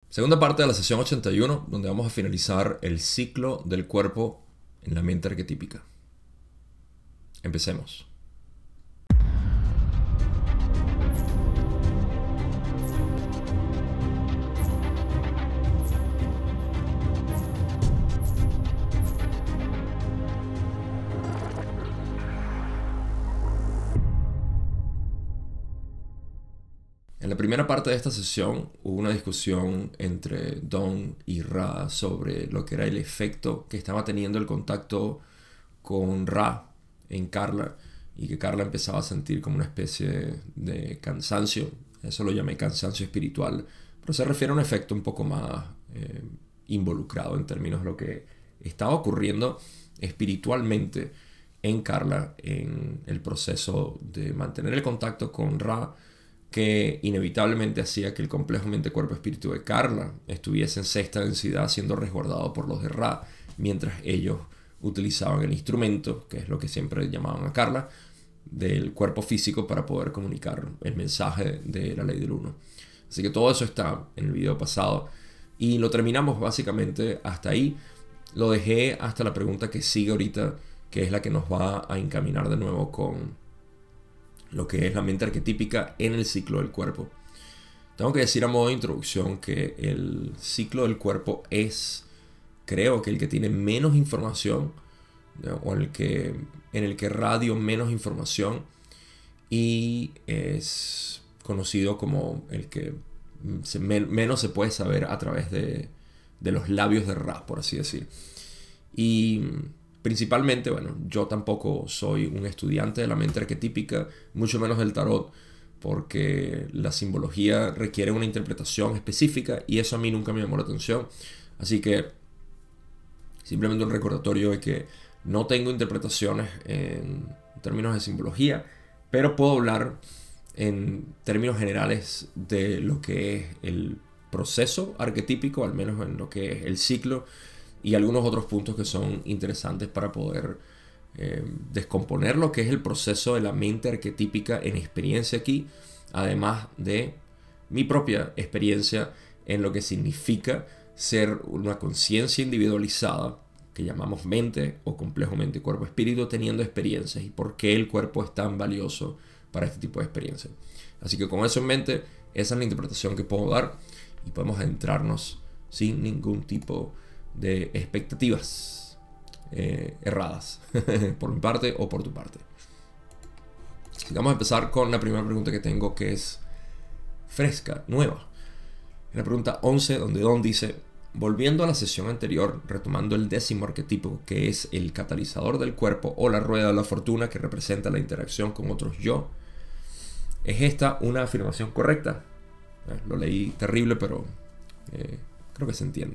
Segunda parte de la sesión 81, donde vamos a finalizar el ciclo del cuerpo en la mente arquetípica. Empecemos. En la primera parte de esta sesión hubo una discusión entre Don y Ra sobre lo que era el efecto que estaba teniendo el contacto con Ra en Carla, y que Carla empezaba a sentir como una especie de cansancio. Eso lo llamé cansancio espiritual, pero se refiere a un efecto un poco más involucrado en términos de lo que estaba ocurriendo espiritualmente en Carla en el proceso de mantener el contacto con Ra, que inevitablemente hacía que el complejo mente-cuerpo-espíritu de Carla estuviese en sexta densidad siendo resguardado por los de Ra, mientras ellos utilizaban el instrumento, que es lo que siempre llamaban a Carla, del cuerpo físico para poder comunicar el mensaje de la ley del uno. Así que todo eso está en el video pasado y lo terminamos básicamente hasta ahí. Lo dejé hasta la pregunta que sigue ahorita, que es la que nos va a encaminar de nuevo con lo que es la mente arquetípica en el ciclo del cuerpo. Tengo que decir a modo de introducción que el ciclo del cuerpo es, creo que el que tiene menos información, ¿no? O en el que radio menos información, y es conocido como el que menos se puede saber a través de los labios de Ra, por así decir. Y principalmente, bueno, yo tampoco soy un estudiante de la mente arquetípica, mucho menos del tarot, porque la simbología requiere una interpretación específica y eso a mí nunca me llamó la atención. Así que simplemente un recordatorio de que no tengo interpretaciones en términos de simbología, pero puedo hablar en términos generales de lo que es el proceso arquetípico, al menos en lo que es el ciclo, y algunos otros puntos que son interesantes para poder descomponer lo que es el proceso de la mente arquetípica en experiencia aquí, además de mi propia experiencia en lo que significa ser una conciencia individualizada que llamamos mente o complejo mente, cuerpo, espíritu, teniendo experiencias y por qué el cuerpo es tan valioso para este tipo de experiencias. Así que con eso en mente, esa es la interpretación que puedo dar y podemos adentrarnos sin ningún tipo de expectativas erradas por mi parte o por tu parte. Así que vamos a empezar con la primera pregunta que tengo, que es fresca, nueva. En la pregunta 11, donde Don dice: volviendo a la sesión anterior, retomando el 10º arquetipo, que es el catalizador del cuerpo o la rueda de la fortuna, que representa la interacción con otros yo, ¿es esta una afirmación correcta? Lo leí terrible, pero creo que se entiende.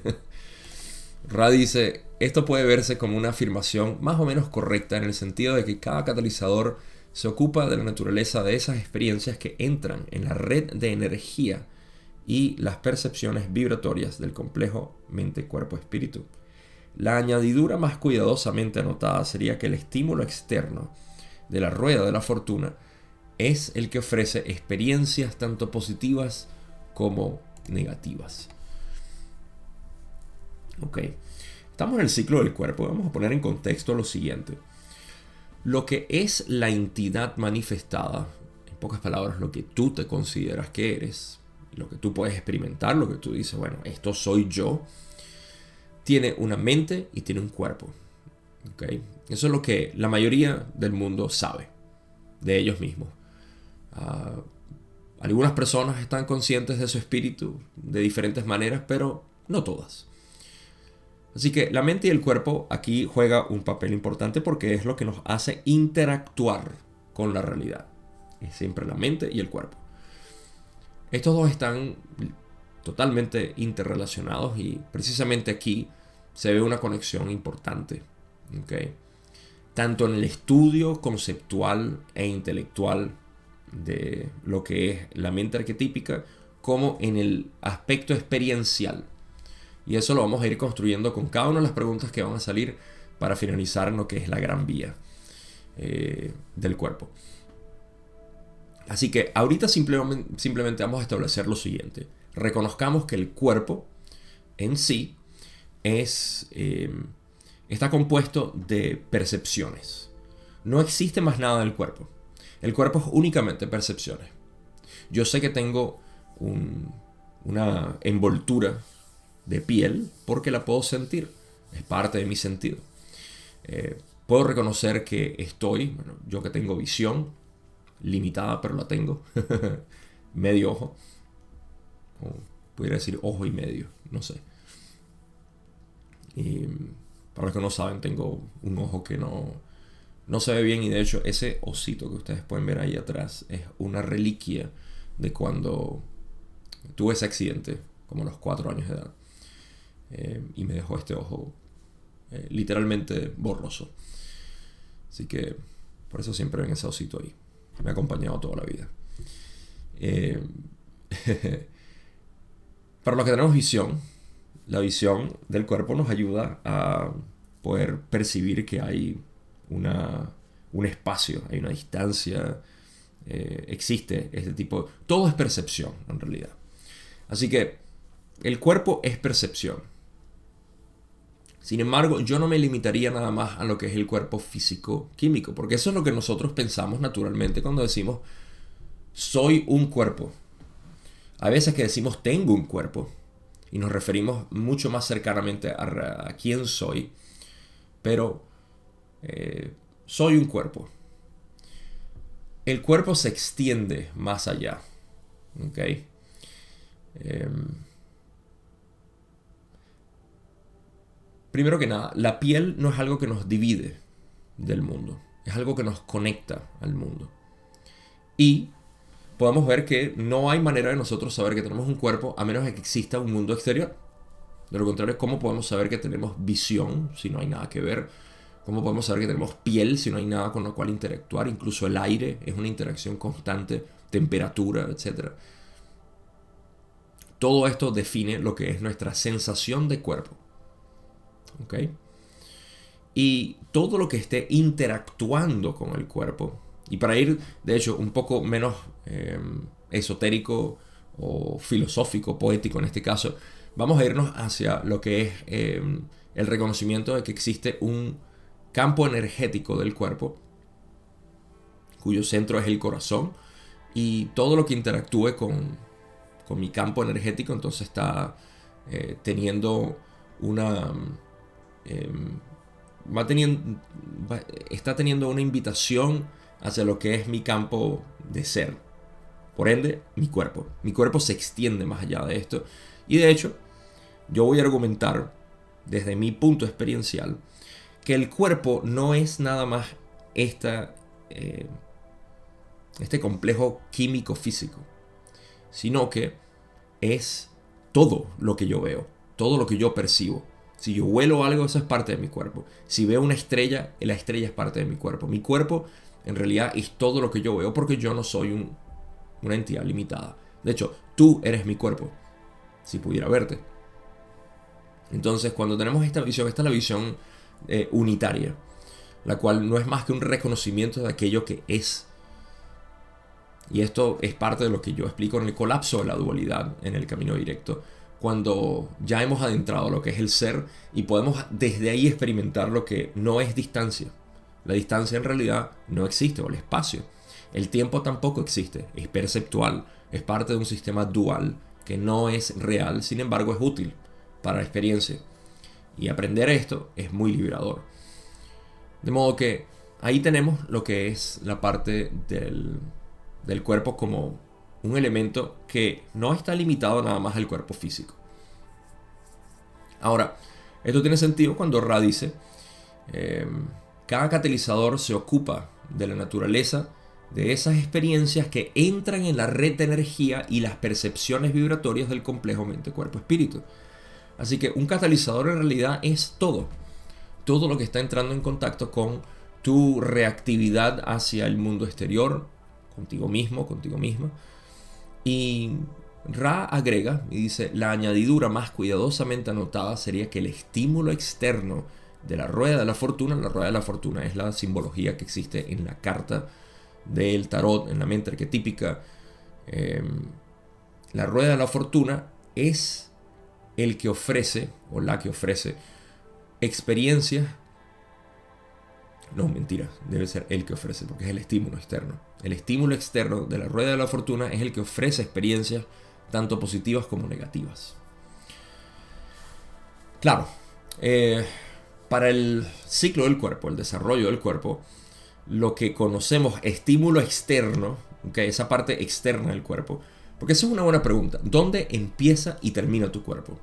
Ra dice: esto puede verse como una afirmación más o menos correcta en el sentido de que cada catalizador se ocupa de la naturaleza de esas experiencias que entran en la red de energía y las percepciones vibratorias del complejo mente-cuerpo-espíritu. La añadidura más cuidadosamente anotada sería que el estímulo externo de la rueda de la fortuna es el que ofrece experiencias tanto positivas como negativas. Ok, estamos en el ciclo del cuerpo. Vamos a poner en contexto lo siguiente. Lo que es la entidad manifestada, en pocas palabras, lo que tú te consideras que eres, lo que tú puedes experimentar, lo que tú dices, bueno, esto soy yo, tiene una mente y tiene un cuerpo. ¿Okay? Eso es lo que la mayoría del mundo sabe de ellos mismos. Algunas personas están conscientes de su espíritu de diferentes maneras, pero no todas. Así que la mente y el cuerpo aquí juega un papel importante porque es lo que nos hace interactuar con la realidad. Es siempre la mente y el cuerpo. Estos dos están totalmente interrelacionados y precisamente aquí se ve una conexión importante. ¿Okay? Tanto en el estudio conceptual e intelectual de lo que es la mente arquetípica como en el aspecto experiencial. Y eso lo vamos a ir construyendo con cada una de las preguntas que van a salir para finalizar en lo que es la gran vía del cuerpo. Así que ahorita simplemente vamos a establecer lo siguiente. reconozcamos que el cuerpo en sí está compuesto de percepciones. No existe más nada del cuerpo. El cuerpo es únicamente percepciones. Yo sé que tengo una envoltura de piel porque la puedo sentir. Es parte de mi sentido. Puedo reconocer que yo que tengo visión limitada, pero la tengo, medio ojo, o pudiera decir ojo y medio, no sé. Y para los que no saben, tengo un ojo que no se ve bien, y de hecho ese osito que ustedes pueden ver ahí atrás es una reliquia de cuando tuve ese accidente, como a los 4 años de edad, y me dejó este ojo literalmente borroso. Así que por eso siempre ven ese osito ahí. Me ha acompañado toda la vida. Para los que tenemos visión, la visión del cuerpo nos ayuda a poder percibir que hay un espacio, hay una distancia, existe este tipo. Todo es percepción en realidad. Así que el cuerpo es percepción. Sin embargo, yo no me limitaría nada más a lo que es el cuerpo físico-químico, porque eso es lo que nosotros pensamos naturalmente cuando decimos soy un cuerpo. Hay veces que decimos tengo un cuerpo y nos referimos mucho más cercanamente a quién soy, pero soy un cuerpo. El cuerpo se extiende más allá, ¿ok? Primero que nada, la piel no es algo que nos divide del mundo, es algo que nos conecta al mundo. Y podemos ver que no hay manera de nosotros saber que tenemos un cuerpo a menos de que exista un mundo exterior. De lo contrario, ¿cómo podemos saber que tenemos visión si no hay nada que ver? ¿Cómo podemos saber que tenemos piel si no hay nada con lo cual interactuar? Incluso el aire es una interacción constante, temperatura, etc. Todo esto define lo que es nuestra sensación de cuerpo. ¿Ok? Y todo lo que esté interactuando con el cuerpo, y para ir de hecho un poco menos esotérico o filosófico, poético en este caso, vamos a irnos hacia lo que es el reconocimiento de que existe un campo energético del cuerpo cuyo centro es el corazón, y todo lo que interactúe con mi campo energético entonces está teniendo una está teniendo una invitación hacia lo que es mi campo de ser. Por ende, mi cuerpo se extiende más allá de esto, y de hecho yo voy a argumentar desde mi punto experiencial que el cuerpo no es nada más este complejo químico físico, sino que es todo lo que yo veo, todo lo que yo percibo. Si yo huelo algo, eso es parte de mi cuerpo. Si veo una estrella, la estrella es parte de mi cuerpo. Mi cuerpo en realidad es todo lo que yo veo, porque yo no soy una entidad limitada. De hecho, tú eres mi cuerpo, si pudiera verte. Entonces, cuando tenemos esta visión, esta es la visión unitaria, la cual no es más que un reconocimiento de aquello que es. Y esto es parte de lo que yo explico en el colapso de la dualidad en el camino directo, cuando ya hemos adentrado lo que es el ser y podemos desde ahí experimentar lo que no es distancia. La distancia en realidad no existe, o el espacio. El tiempo tampoco existe, es perceptual, es parte de un sistema dual que no es real, sin embargo es útil para la experiencia. Y aprender esto es muy liberador. De modo que ahí tenemos lo que es la parte del cuerpo como un elemento que no está limitado nada más al cuerpo físico. Ahora, esto tiene sentido cuando Ra dice, cada catalizador se ocupa de la naturaleza de esas experiencias que entran en la red de energía y las percepciones vibratorias del complejo mente-cuerpo-espíritu. Así que un catalizador en realidad es todo lo que está entrando en contacto con tu reactividad hacia el mundo exterior, contigo mismo, contigo misma. Y Ra agrega y dice, la añadidura más cuidadosamente anotada sería que el estímulo externo de la rueda de la fortuna es la simbología que existe en la carta del tarot, en la mente arquetípica, la rueda de la fortuna es el que ofrece, o la que ofrece, experiencias. No, mentira, debe ser el que ofrece, porque es el estímulo externo. El estímulo externo de la rueda de la fortuna es el que ofrece experiencias tanto positivas como negativas. Claro, para el ciclo del cuerpo, el desarrollo del cuerpo, lo que conocemos estímulo externo, ¿okay? Esa parte externa del cuerpo, porque esa es una buena pregunta. ¿Dónde empieza y termina tu cuerpo?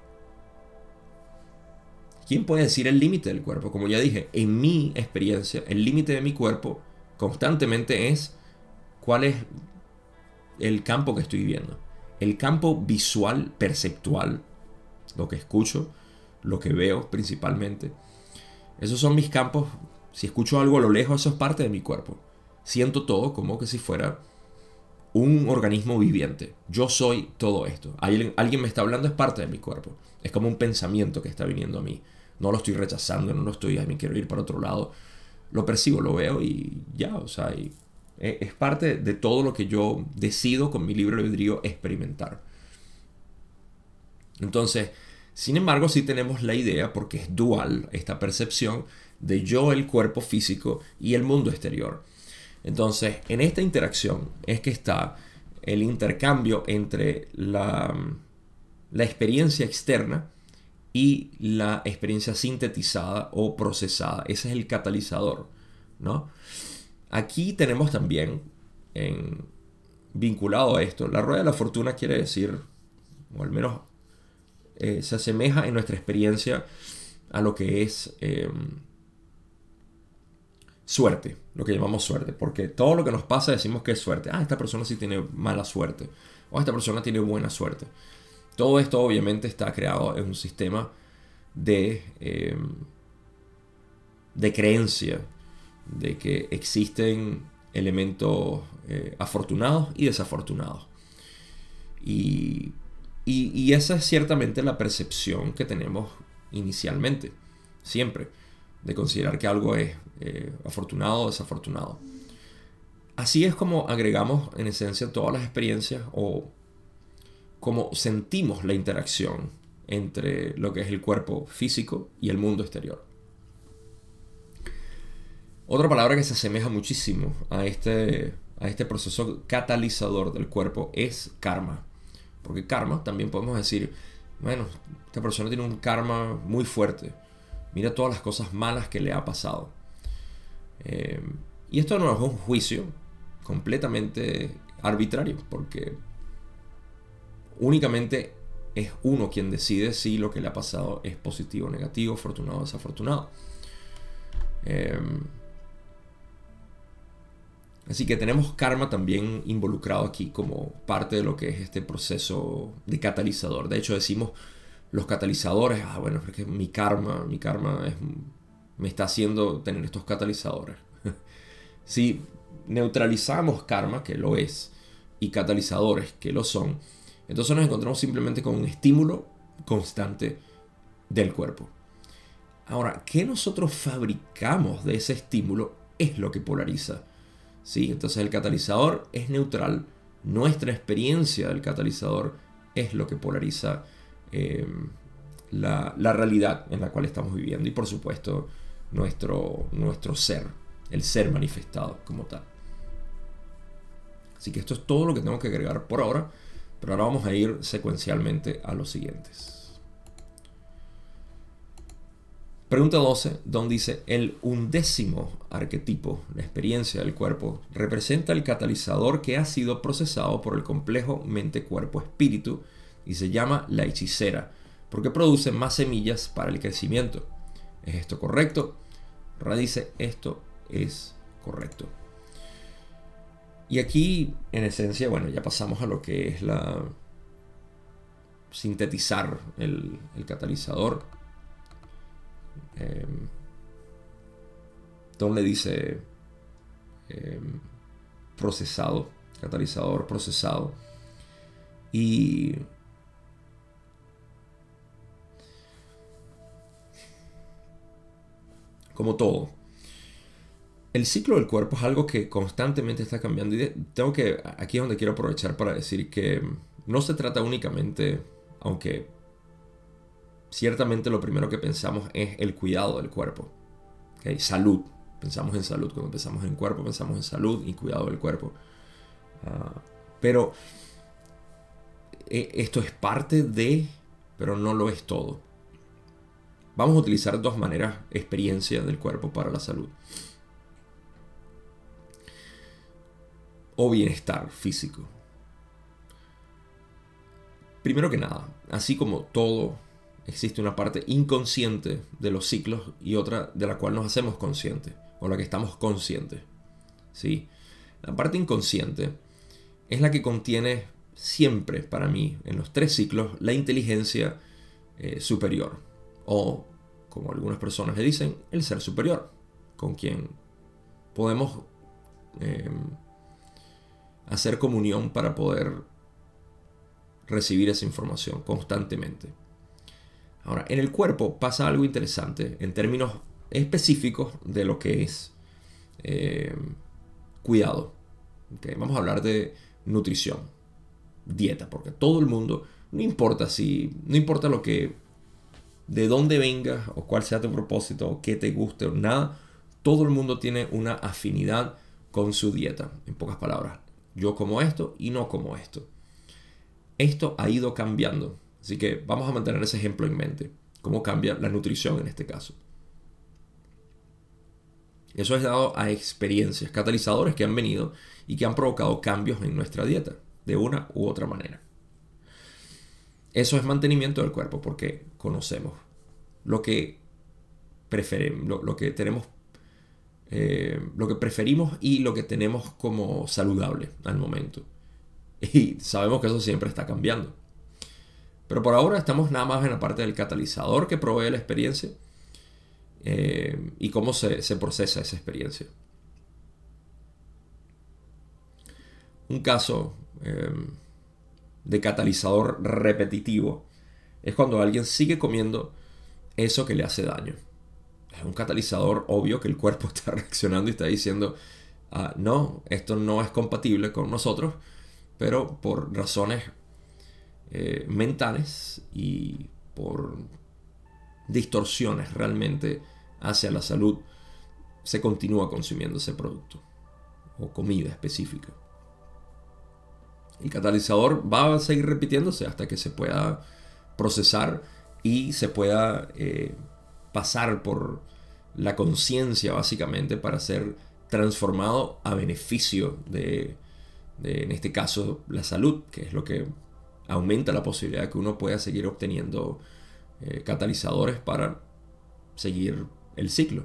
¿Quién puede decir el límite del cuerpo? Como ya dije, en mi experiencia, el límite de mi cuerpo constantemente es cuál es el campo que estoy viendo. El campo visual, perceptual, lo que escucho, lo que veo principalmente. Esos son mis campos. Si escucho algo a lo lejos, eso es parte de mi cuerpo. Siento todo como que si fuera un organismo viviente. Yo soy todo esto. Alguien me está hablando, es parte de mi cuerpo. Es como un pensamiento que está viniendo a mí. No lo estoy rechazando, no lo estoy, ay, me quiero ir para otro lado. Lo percibo, lo veo y ya, o sea, es parte de todo lo que yo decido con mi libre albedrío experimentar. Entonces, sin embargo, sí tenemos la idea, porque es dual esta percepción de yo, el cuerpo físico y el mundo exterior. Entonces, en esta interacción es que está el intercambio entre la experiencia externa y la experiencia sintetizada o procesada. Ese es el catalizador, ¿no? Aquí tenemos también, vinculado a esto, la rueda de la fortuna quiere decir, o al menos se asemeja en nuestra experiencia a lo que es suerte, lo que llamamos suerte, porque todo lo que nos pasa decimos que es suerte. Ah, esta persona sí tiene mala suerte, o esta persona tiene buena suerte. Todo esto obviamente está creado en un sistema de creencia de que existen elementos afortunados y desafortunados. Y esa es ciertamente la percepción que tenemos inicialmente, siempre, de considerar que algo es afortunado o desafortunado. Así es como agregamos en esencia todas las experiencias, o como sentimos la interacción entre lo que es el cuerpo físico y el mundo exterior. Otra palabra que se asemeja muchísimo a este proceso catalizador del cuerpo es karma. Porque karma también podemos decir, bueno, esta persona tiene un karma muy fuerte. Mira todas las cosas malas que le ha pasado. Y esto no es un juicio completamente arbitrario, porque únicamente es uno quien decide si lo que le ha pasado es positivo o negativo, afortunado o desafortunado. Así que tenemos karma también involucrado aquí como parte de lo que es este proceso de catalizador. De hecho, decimos los catalizadores, bueno, porque mi karma me está haciendo tener estos catalizadores. Si neutralizamos karma, que lo es, y catalizadores, que lo son, entonces nos encontramos simplemente con un estímulo constante del cuerpo. Ahora, ¿qué nosotros fabricamos de ese estímulo? Es lo que polariza. ¿Sí? Entonces el catalizador es neutral. Nuestra experiencia del catalizador es lo que polariza la realidad en la cual estamos viviendo. Y por supuesto nuestro ser, el ser manifestado como tal. Así que esto es todo lo que tengo que agregar por ahora. Pero ahora vamos a ir secuencialmente a los siguientes. Pregunta 12, donde dice: el 11º arquetipo, la experiencia del cuerpo, representa el catalizador que ha sido procesado por el complejo mente-cuerpo-espíritu y se llama la hechicera, porque produce más semillas para el crecimiento. ¿Es esto correcto? Ra dice: esto es correcto. Y aquí, en esencia, bueno, ya pasamos a lo que es sintetizar el catalizador. Donde dice procesado, catalizador procesado. Y como todo, el ciclo del cuerpo es algo que constantemente está cambiando. Y aquí es donde quiero aprovechar para decir que no se trata únicamente, aunque ciertamente lo primero que pensamos es el cuidado del cuerpo. ¿Okay? Salud. Pensamos en salud. Cuando pensamos en cuerpo, pensamos en salud y cuidado del cuerpo. Pero esto es parte de, pero no lo es todo. Vamos a utilizar dos maneras: experiencia del cuerpo para la salud o bienestar físico. Primero que nada, así como todo, existe una parte inconsciente de los ciclos y otra de la cual nos hacemos conscientes, o la que estamos conscientes. ¿Sí? La parte inconsciente es la que contiene siempre, para mí, en los tres ciclos, la inteligencia superior, o, como algunas personas le dicen, el ser superior, con quien podemos hacer comunión para poder recibir esa información constantemente. Ahora, en el cuerpo pasa algo interesante en términos específicos de lo que es cuidado. ¿Okay? Vamos a hablar de nutrición, dieta, porque todo el mundo, no importa lo que, de dónde vengas o cuál sea tu propósito o qué te guste o nada, todo el mundo tiene una afinidad con su dieta. En pocas palabras, yo como esto y no como esto. Esto ha ido cambiando, así que vamos a mantener ese ejemplo en mente. Cómo cambia la nutrición en este caso. Eso es dado a experiencias, catalizadores que han venido y que han provocado cambios en nuestra dieta, de una u otra manera. Eso es mantenimiento del cuerpo, porque conocemos lo que preferimos, lo que tenemos, lo que preferimos y lo que tenemos como saludable al momento. Y sabemos que eso siempre está cambiando. Pero por ahora estamos nada más en la parte del catalizador que provee la experiencia y cómo se procesa esa experiencia. Un caso de catalizador repetitivo es cuando alguien sigue comiendo eso que le hace daño. Es un catalizador obvio que el cuerpo está reaccionando y está diciendo, no, esto no es compatible con nosotros, pero por razones mentales y por distorsiones realmente hacia la salud, se continúa consumiendo ese producto o comida específica. El catalizador va a seguir repitiéndose hasta que se pueda procesar y se pueda pasar por la conciencia básicamente para ser transformado a beneficio de, en este caso, la salud, que es lo que aumenta la posibilidad de que uno pueda seguir obteniendo catalizadores para seguir el ciclo.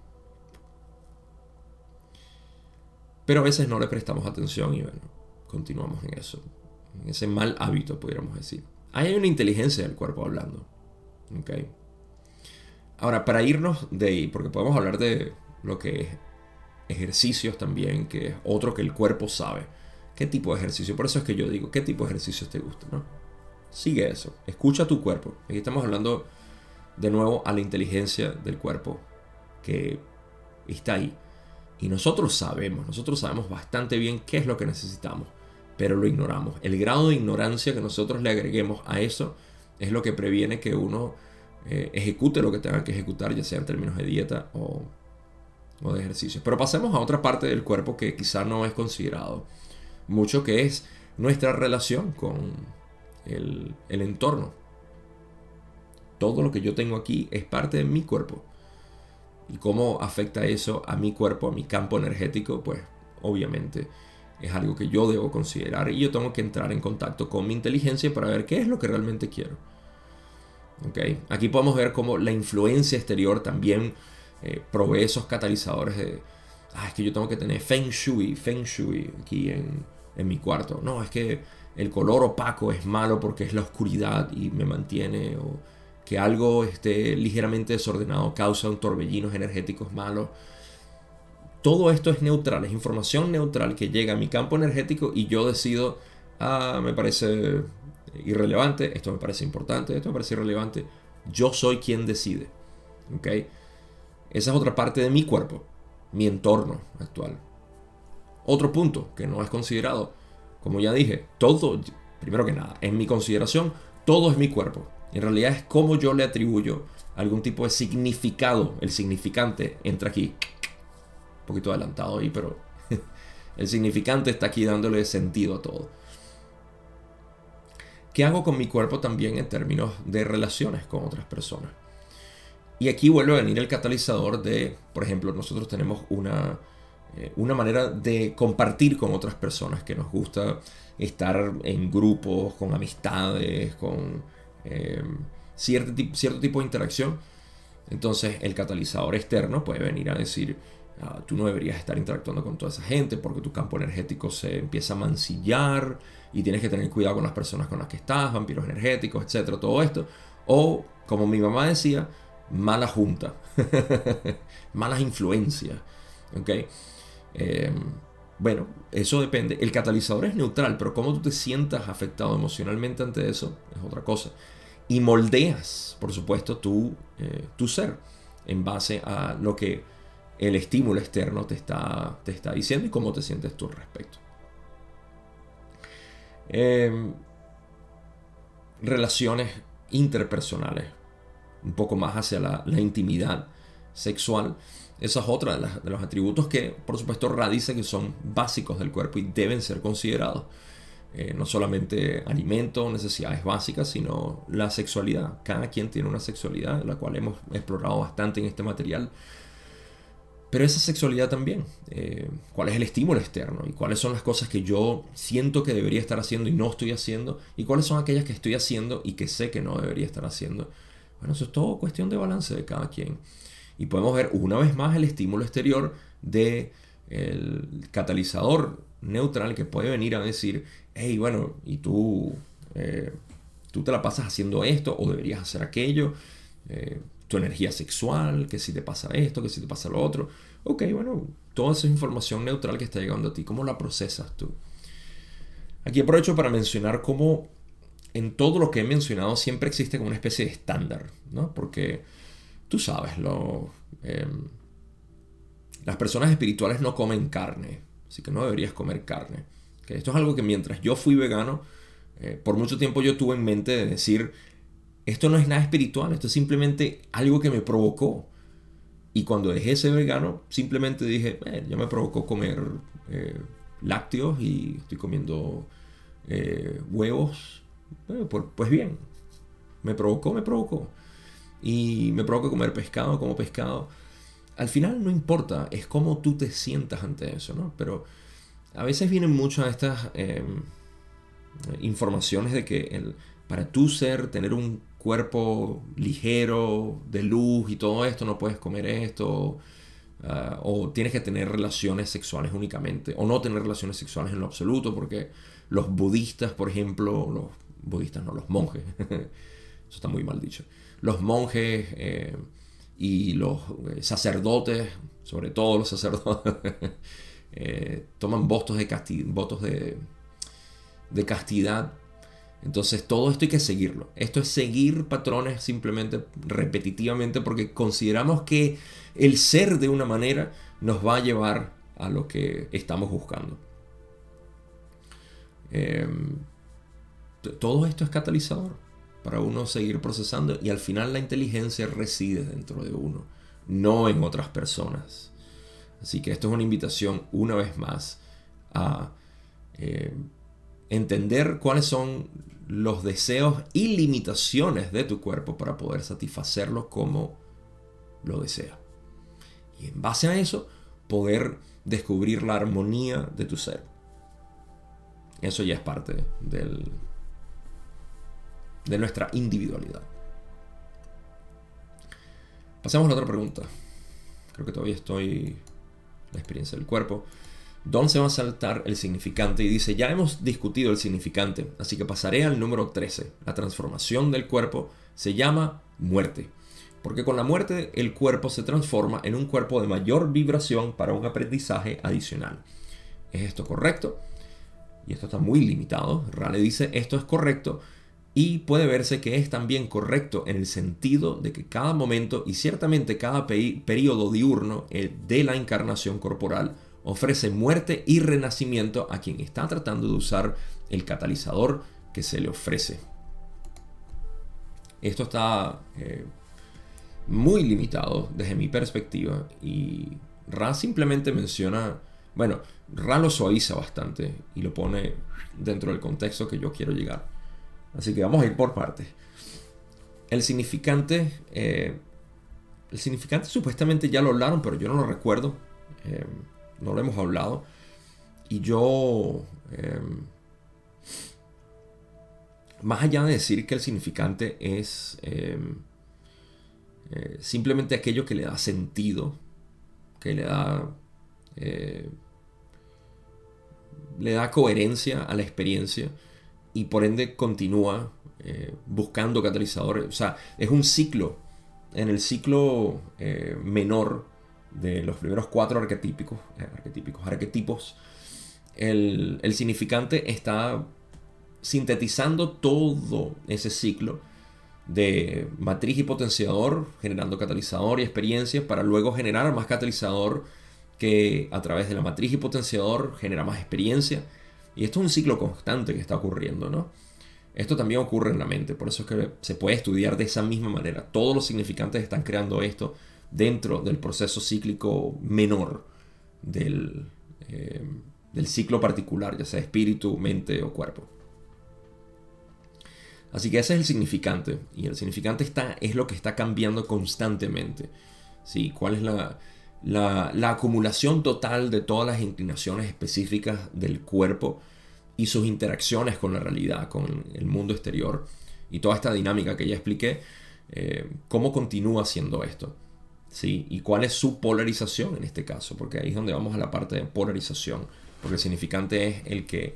Pero a veces no le prestamos atención y bueno, continuamos en eso, en ese mal hábito, pudiéramos decir. Ahí hay una inteligencia del cuerpo hablando. ¿Okay? Ahora, para irnos de ahí, porque podemos hablar de lo que es ejercicios también, que es otro que el cuerpo sabe. ¿Qué tipo de ejercicio? Por eso es que yo digo, ¿qué tipo de ejercicios te gustan? ¿No? Sigue eso, escucha tu cuerpo. Aquí estamos hablando de nuevo a la inteligencia del cuerpo que está ahí. Y nosotros sabemos bastante bien qué es lo que necesitamos, pero lo ignoramos. El grado de ignorancia que nosotros le agreguemos a eso es lo que previene que uno ejecute lo que tenga que ejecutar, ya sea en términos de dieta o de ejercicio. Pero pasemos a otra parte del cuerpo que quizá no es considerado mucho, que es nuestra relación con el entorno. Todo lo que yo tengo aquí es parte de mi cuerpo. ¿Y cómo afecta eso a mi cuerpo, a mi campo energético? Pues obviamente es algo que yo debo considerar y yo tengo que entrar en contacto con mi inteligencia para ver qué es lo que realmente quiero. ¿Okay? Aquí podemos ver cómo la influencia exterior también provee esos catalizadores de es que yo tengo que tener Feng Shui aquí en mi cuarto. No, es que el color opaco es malo porque es la oscuridad y me mantiene, o que algo esté ligeramente desordenado causa un torbellinos energéticos malos. Todo esto es neutral, es información neutral que llega a mi campo energético y yo decido, me parece irrelevante, esto me parece importante, esto me parece irrelevante. Yo soy quien decide. ¿Okay? Esa es otra parte de mi cuerpo, mi entorno actual. Otro punto que no es considerado, como ya dije, todo primero que nada, en mi consideración, todo es mi cuerpo. En realidad es cómo yo le atribuyo algún tipo de significado. El significante entra aquí, un poquito adelantado ahí, pero el significante está aquí dándole sentido a todo. ¿Qué hago con mi cuerpo también en términos de relaciones con otras personas? Y aquí vuelve a venir el catalizador de, por ejemplo, nosotros tenemos una manera de compartir con otras personas, que nos gusta estar en grupos, con amistades, con cierto tipo de interacción. Entonces el catalizador externo puede venir a decir, tú no deberías estar interactuando con toda esa gente porque tu campo energético se empieza a mancillar y tienes que tener cuidado con las personas con las que estás, vampiros energéticos, etcétera, todo esto. O, como mi mamá decía, mala junta, malas influencias, ¿ok? Bueno, eso depende. El catalizador es neutral, pero cómo tú te sientas afectado emocionalmente ante eso es otra cosa. Y moldeas, por supuesto, tu ser en base a lo que el estímulo externo te está diciendo y cómo te sientes tú al respecto. Relaciones interpersonales, un poco más hacia la intimidad sexual. Esa es otra de los atributos que, por supuesto, Ra dice que son básicos del cuerpo y deben ser considerados. No solamente alimento, necesidades básicas, sino la sexualidad. Cada quien tiene una sexualidad, la cual hemos explorado bastante en este material. Pero esa sexualidad también, cuál es el estímulo externo y cuáles son las cosas que yo siento que debería estar haciendo y no estoy haciendo, y cuáles son aquellas que estoy haciendo y que sé que no debería estar haciendo. Bueno, eso es todo cuestión de balance de cada quien. Y podemos ver una vez más el estímulo exterior del catalizador neutral, que puede venir a decir, hey, bueno, y tú te la pasas haciendo esto o deberías hacer aquello. Tu energía sexual, que si te pasa esto, que si te pasa lo otro. Ok, bueno, toda esa información neutral que está llegando a ti, ¿cómo la procesas tú? Aquí aprovecho para mencionar cómo en todo lo que he mencionado siempre existe como una especie de estándar, ¿no? Porque tú sabes, las personas espirituales no comen carne, así que no deberías comer carne. ¿Okay? Esto es algo que mientras yo fui vegano, por mucho tiempo yo tuve en mente de decir, esto no es nada espiritual, esto es simplemente algo que me provocó. Y cuando dejé de ser vegano, simplemente dije, ya me provocó comer lácteos y estoy comiendo huevos. Pues bien, me provocó. Y me provoca comer pescado, como pescado. Al final no importa, es cómo tú te sientas ante eso, ¿no? Pero a veces vienen muchas de estas informaciones de que para tú tener un cuerpo ligero, de luz y todo esto, no puedes comer esto, o tienes que tener relaciones sexuales únicamente, o no tener relaciones sexuales en lo absoluto, porque los budistas, por ejemplo, los monjes, eso está muy mal dicho, los monjes y los sacerdotes, sobre todo los sacerdotes, toman votos de castidad. Entonces todo esto hay que seguirlo. Esto es seguir patrones simplemente repetitivamente porque consideramos que el ser de una manera nos va a llevar a lo que estamos buscando. Todo esto es catalizador para uno seguir procesando y al final la inteligencia reside dentro de uno, no en otras personas. Así que esto es una invitación una vez más a entender cuáles son los deseos y limitaciones de tu cuerpo para poder satisfacerlo como lo desea. Y en base a eso, poder descubrir la armonía de tu ser. Eso ya es parte de nuestra individualidad. Pasemos a la otra pregunta. Creo que todavía estoy en la experiencia del cuerpo. Don se va a saltar el significante y dice, ya hemos discutido el significante, así que pasaré al número 13. La transformación del cuerpo se llama muerte, porque con la muerte el cuerpo se transforma en un cuerpo de mayor vibración para un aprendizaje adicional. ¿Es esto correcto? Y esto está muy limitado. Ra le dice, esto es correcto y puede verse que es también correcto en el sentido de que cada momento y ciertamente cada periodo diurno de la encarnación corporal ofrece muerte y renacimiento a quien está tratando de usar el catalizador que se le ofrece. Esto está muy limitado desde mi perspectiva, y Ra simplemente menciona, bueno, Ra lo suaviza bastante y lo pone dentro del contexto que yo quiero llegar. Así que vamos a ir por partes. El significante supuestamente ya lo hablaron, pero yo no lo recuerdo. No lo hemos hablado. Y yo, más allá de decir que el significante es simplemente aquello que le da sentido, que le da coherencia a la experiencia, y por ende continúa buscando catalizadores. O sea, es un ciclo. En el ciclo menor de los primeros 4 arquetipos, el significante está sintetizando todo ese ciclo de matriz y potenciador, generando catalizador y experiencias, para luego generar más catalizador, que a través de la matriz y potenciador genera más experiencia. Y esto es un ciclo constante que está ocurriendo, ¿no? Esto también ocurre en la mente, por eso es que se puede estudiar de esa misma manera. Todos los significantes están creando esto dentro del proceso cíclico menor del ciclo particular, ya sea espíritu, mente o cuerpo. Así que ese es el significante, y el significante es lo que está cambiando constantemente. ¿Sí? ¿Cuál es la acumulación total de todas las inclinaciones específicas del cuerpo y sus interacciones con la realidad, con el mundo exterior, y toda esta dinámica que ya expliqué? ¿Cómo continúa haciendo esto? ¿Sí? ¿Y cuál es su polarización en este caso? Porque ahí es donde vamos a la parte de polarización, porque el significante es el que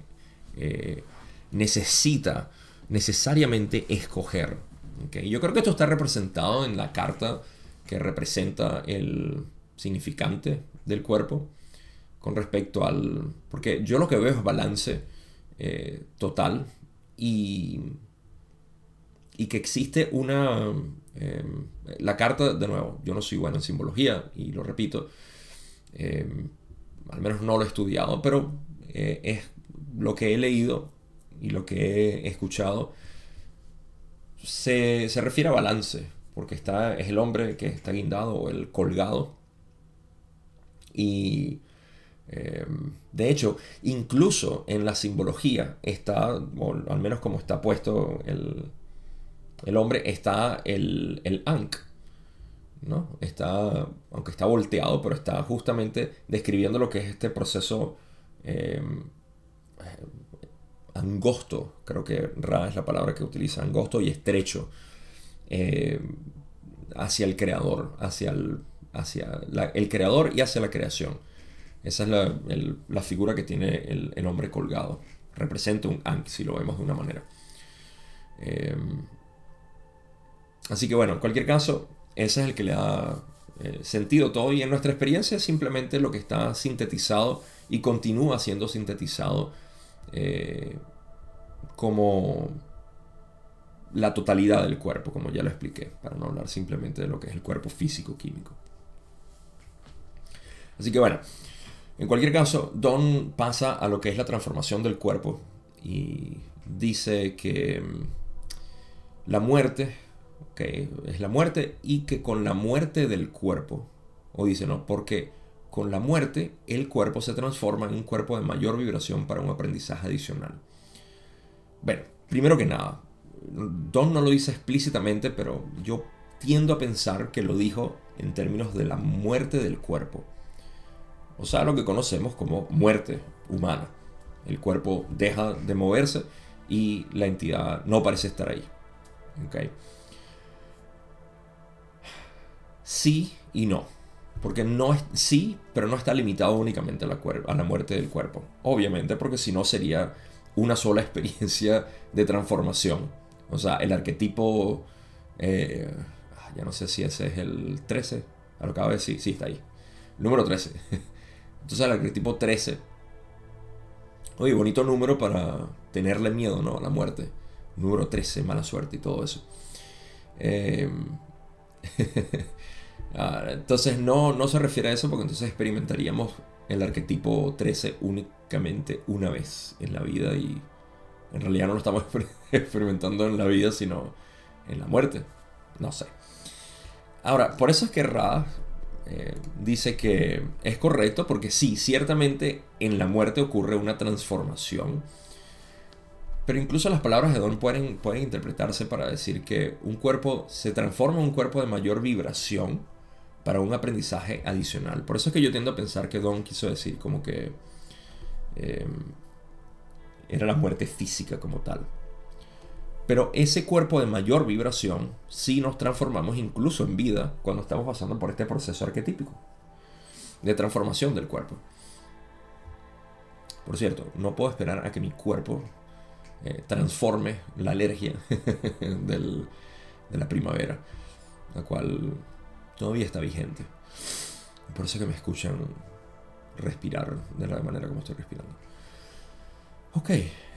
necesita necesariamente escoger. ¿Okay? Yo creo que esto está representado en la carta que representa el significante del cuerpo con respecto al... Porque yo lo que veo es balance total, y que existe una... la carta, de nuevo, yo no soy bueno en simbología y lo repito, al menos no lo he estudiado, pero es lo que he leído y lo que he escuchado. Se refiere a balance, porque es el hombre que está guindado, o el colgado. Y de hecho, incluso en la simbología está, o al menos como está puesto el hombre, está el Ankh, ¿no? Está, aunque está volteado, pero está justamente describiendo lo que es este proceso angosto, creo que Ra es la palabra que utiliza, angosto y estrecho, hacia el creador, hacia el creador y hacia la creación. Esa es la figura que tiene el hombre colgado. Representa un Ankh, si lo vemos de una manera. Así que bueno, en cualquier caso, ese es el que le da sentido todo, y en nuestra experiencia es simplemente lo que está sintetizado y continúa siendo sintetizado como la totalidad del cuerpo, como ya lo expliqué, para no hablar simplemente de lo que es el cuerpo físico-químico. Así que bueno, en cualquier caso, Don pasa a lo que es la transformación del cuerpo, y dice que la muerte, okay, es la muerte, y que con la muerte del cuerpo, o dice no, porque con la muerte el cuerpo se transforma en un cuerpo de mayor vibración para un aprendizaje adicional. Bueno, primero que nada, Don no lo dice explícitamente, pero yo tiendo a pensar que lo dijo en términos de la muerte del cuerpo. O sea, lo que conocemos como muerte humana. El cuerpo deja de moverse y la entidad no parece estar ahí. ¿Okay? Sí y no. Porque no es sí, pero no está limitado únicamente a la muerte del cuerpo. Obviamente, porque si no sería una sola experiencia de transformación. O sea, el arquetipo... ya no sé si ese es el 13. A lo que acabo de decir, sí, está ahí. Número 13. Entonces el arquetipo 13. Oye, bonito número para tenerle miedo, ¿no? A la muerte. Número 13, mala suerte y todo eso. Entonces no se refiere a eso, porque entonces experimentaríamos el arquetipo 13 únicamente una vez en la vida, y en realidad no lo estamos experimentando en la vida, sino en la muerte. No sé. Ahora, por eso es que Ra dice que es correcto, porque sí, ciertamente en la muerte ocurre una transformación. Pero incluso las palabras de Don pueden interpretarse para decir que un cuerpo se transforma en un cuerpo de mayor vibración para un aprendizaje adicional. Por eso es que yo tiendo a pensar que Don quiso decir como que era la muerte física como tal. Pero ese cuerpo de mayor vibración sí nos transformamos incluso en vida cuando estamos pasando por este proceso arquetípico de transformación del cuerpo. Por cierto, no puedo esperar a que mi cuerpo transforme la alergia de la primavera, la cual todavía está vigente. Por eso que me escuchan respirar de la manera como estoy respirando. Ok.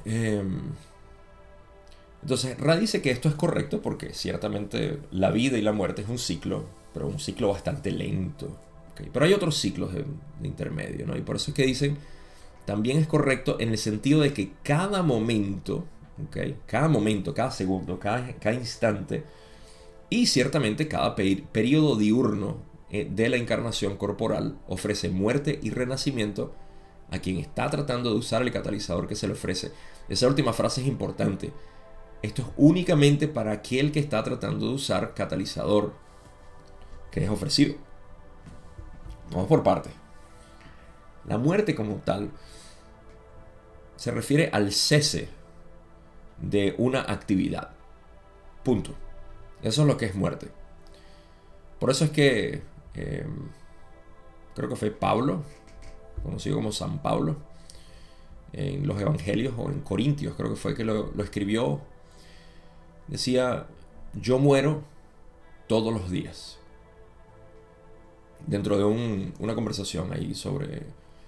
Entonces, Ra dice que esto es correcto porque ciertamente la vida y la muerte es un ciclo, pero un ciclo bastante lento. ¿Okay? Pero hay otros ciclos de intermedio, ¿no? Y por eso es que dicen, también es correcto en el sentido de que cada momento, ¿okay? Cada momento, cada segundo, cada instante, y ciertamente cada periodo diurno de la encarnación corporal ofrece muerte y renacimiento a quien está tratando de usar el catalizador que se le ofrece. Esa última frase es importante. Esto es únicamente para aquel que está tratando de usar catalizador que es ofrecido. Vamos por partes. La muerte como tal se refiere al cese de una actividad. Punto. Eso es lo que es muerte. Por eso es que creo que fue Pablo, conocido como San Pablo, en los Evangelios o en Corintios, creo que fue que lo escribió. Decía, yo muero todos los días. Dentro de una conversación ahí sobre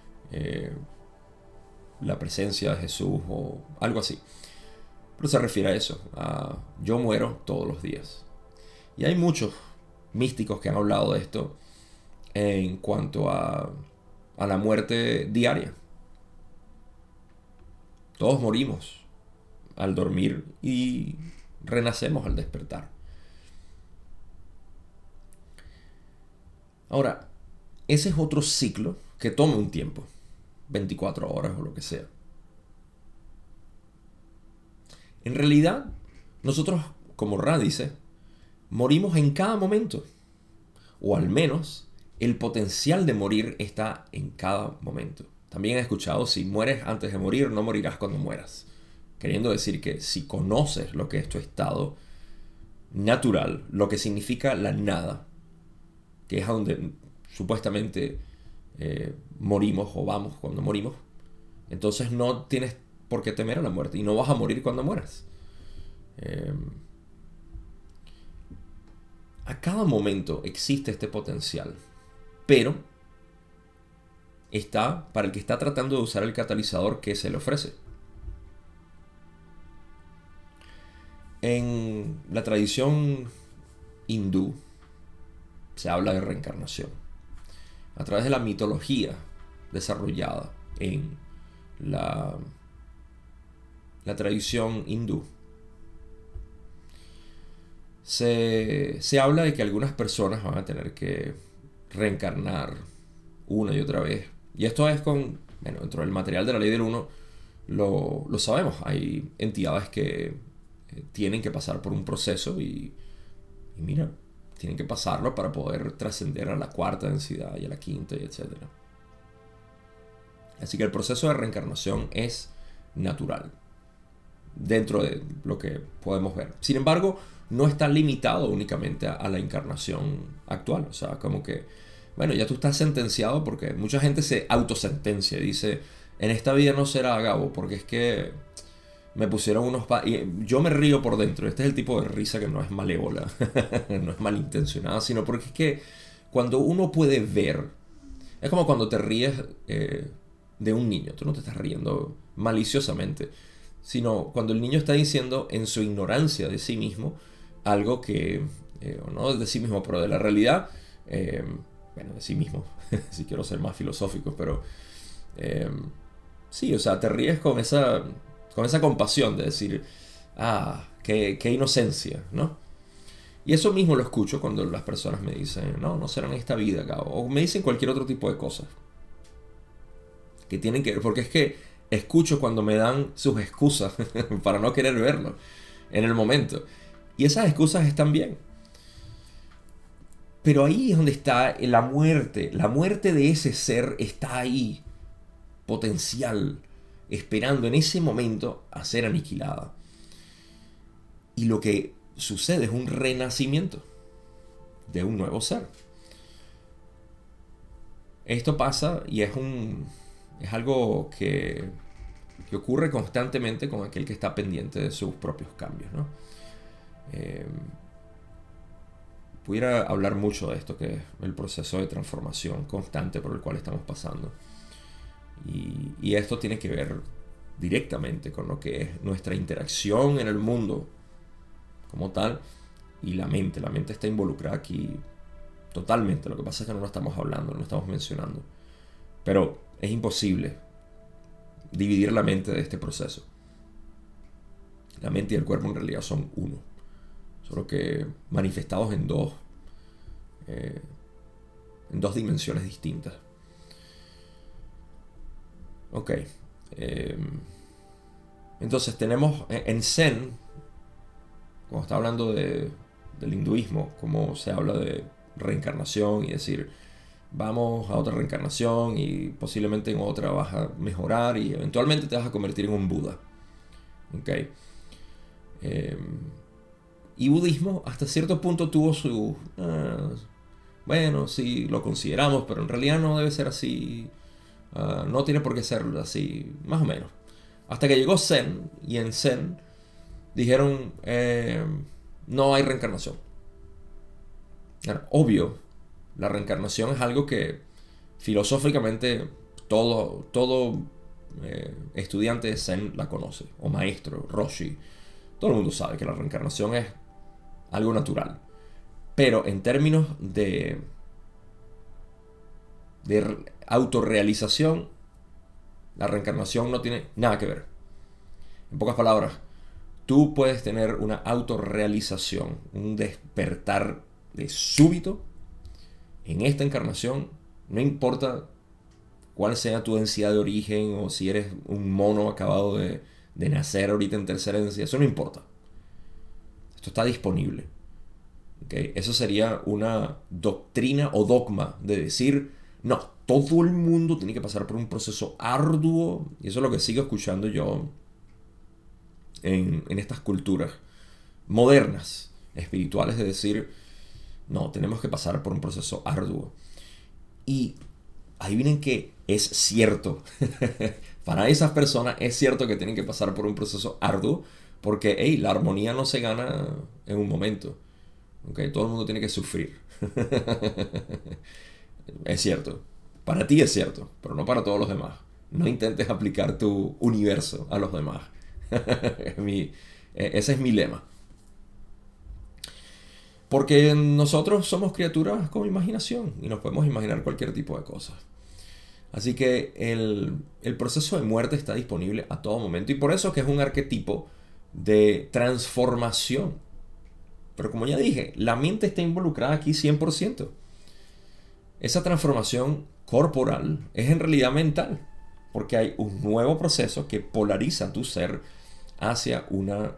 la presencia de Jesús o algo así. Pero se refiere a eso, a yo muero todos los días. Y hay muchos místicos que han hablado de esto en cuanto a la muerte diaria. Todos morimos al dormir y renacemos al despertar. Ahora, ese es otro ciclo que toma un tiempo, 24 horas o lo que sea. En realidad, nosotros, como Ra dice, morimos en cada momento. O al menos, el potencial de morir está en cada momento. También he escuchado, si mueres antes de morir, no morirás cuando mueras. Queriendo decir que si conoces lo que es tu estado natural, lo que significa la nada, que es a donde supuestamente morimos o vamos cuando morimos, entonces no tienes por qué temer a la muerte y no vas a morir cuando mueras. A cada momento existe este potencial, pero está para el que está tratando de usar el catalizador que se le ofrece. En la tradición hindú se habla de reencarnación. A través de la mitología desarrollada en la tradición hindú, se habla de que algunas personas van a tener que reencarnar una y otra vez. Y esto es dentro del material de la ley del uno, lo sabemos. Hay entidades que tienen que pasar por un proceso y mira, tienen que pasarlo para poder trascender a la cuarta densidad y a la quinta, y etc. Así que el proceso de reencarnación es natural dentro de lo que podemos ver. Sin embargo, no está limitado únicamente a la encarnación actual. O sea, como que, bueno, ya tú estás sentenciado, porque mucha gente se autosentencia y dice, en esta vida no será, Gabo, porque es que me pusieron unos... Y yo me río por dentro. Este es el tipo de risa que no es malévola, no es malintencionada, sino porque es que cuando uno puede ver, es como cuando te ríes de un niño. Tú no te estás riendo maliciosamente, sino cuando el niño está diciendo en su ignorancia de sí mismo algo que, o no de sí mismo, pero de la realidad, de sí mismo, si quiero ser más filosófico, pero sí, o sea, te ríes con esa con esa compasión de decir, qué inocencia, ¿no? Y eso mismo lo escucho cuando las personas me dicen, no será en esta vida acá, o me dicen cualquier otro tipo de cosas que tienen que ver, porque es que escucho cuando me dan sus excusas para no querer verlo en el momento. Y esas excusas están bien. Pero ahí es donde está la muerte. La muerte de ese ser está ahí, potencial, esperando en ese momento a ser aniquilada. Y lo que sucede es un renacimiento de un nuevo ser. Esto pasa y es algo que ocurre constantemente con aquel que está pendiente de sus propios cambios, ¿no? Pudiera hablar mucho de esto, que es el proceso de transformación constante por el cual estamos pasando. Y esto tiene que ver directamente con lo que es nuestra interacción en el mundo como tal y la mente. La mente está involucrada aquí totalmente. Lo que pasa es que no lo estamos hablando, no lo estamos mencionando. Pero es imposible dividir la mente de este proceso. La mente y el cuerpo en realidad son uno, solo que manifestados en dos dimensiones distintas. Ok. Entonces tenemos en Zen, cuando está hablando del hinduismo, como se habla de reencarnación y decir, vamos a otra reencarnación y posiblemente en otra vas a mejorar y eventualmente te vas a convertir en un Buda. Okay. Y budismo hasta cierto punto tuvo su... bueno, sí, lo consideramos, pero en realidad no debe ser así. No tiene por qué ser así, más o menos. Hasta que llegó Zen, y en Zen dijeron, no hay reencarnación. Obvio, la reencarnación es algo que filosóficamente todo estudiante de Zen la conoce, o maestro, Roshi. Todo el mundo sabe que la reencarnación es algo natural. Pero en términos de autorrealización, la reencarnación no tiene nada que ver. En pocas palabras, tú puedes tener una autorrealización, un despertar de súbito en esta encarnación, no importa cuál sea tu densidad de origen o si eres un mono acabado de nacer ahorita en tercera densidad, eso no importa. Esto está disponible. ¿Okay? Eso sería una doctrina o dogma de decir, no, todo el mundo tiene que pasar por un proceso arduo, y eso es lo que sigo escuchando yo en estas culturas modernas, espirituales, de decir, no, tenemos que pasar por un proceso arduo. Y ahí vienen que es cierto. Para esas personas es cierto que tienen que pasar por un proceso arduo, porque la armonía no se gana en un momento. ¿Okay? Todo el mundo tiene que sufrir. Es cierto. Para ti es cierto, pero no para todos los demás. No intentes aplicar tu universo a los demás. Ese es mi lema. Porque nosotros somos criaturas con imaginación y nos podemos imaginar cualquier tipo de cosas. Así que el proceso de muerte está disponible a todo momento, y por eso es que es un arquetipo de transformación. Pero como ya dije, la mente está involucrada aquí 100%. Esa transformación corporal es en realidad mental, porque hay un nuevo proceso que polariza tu ser hacia una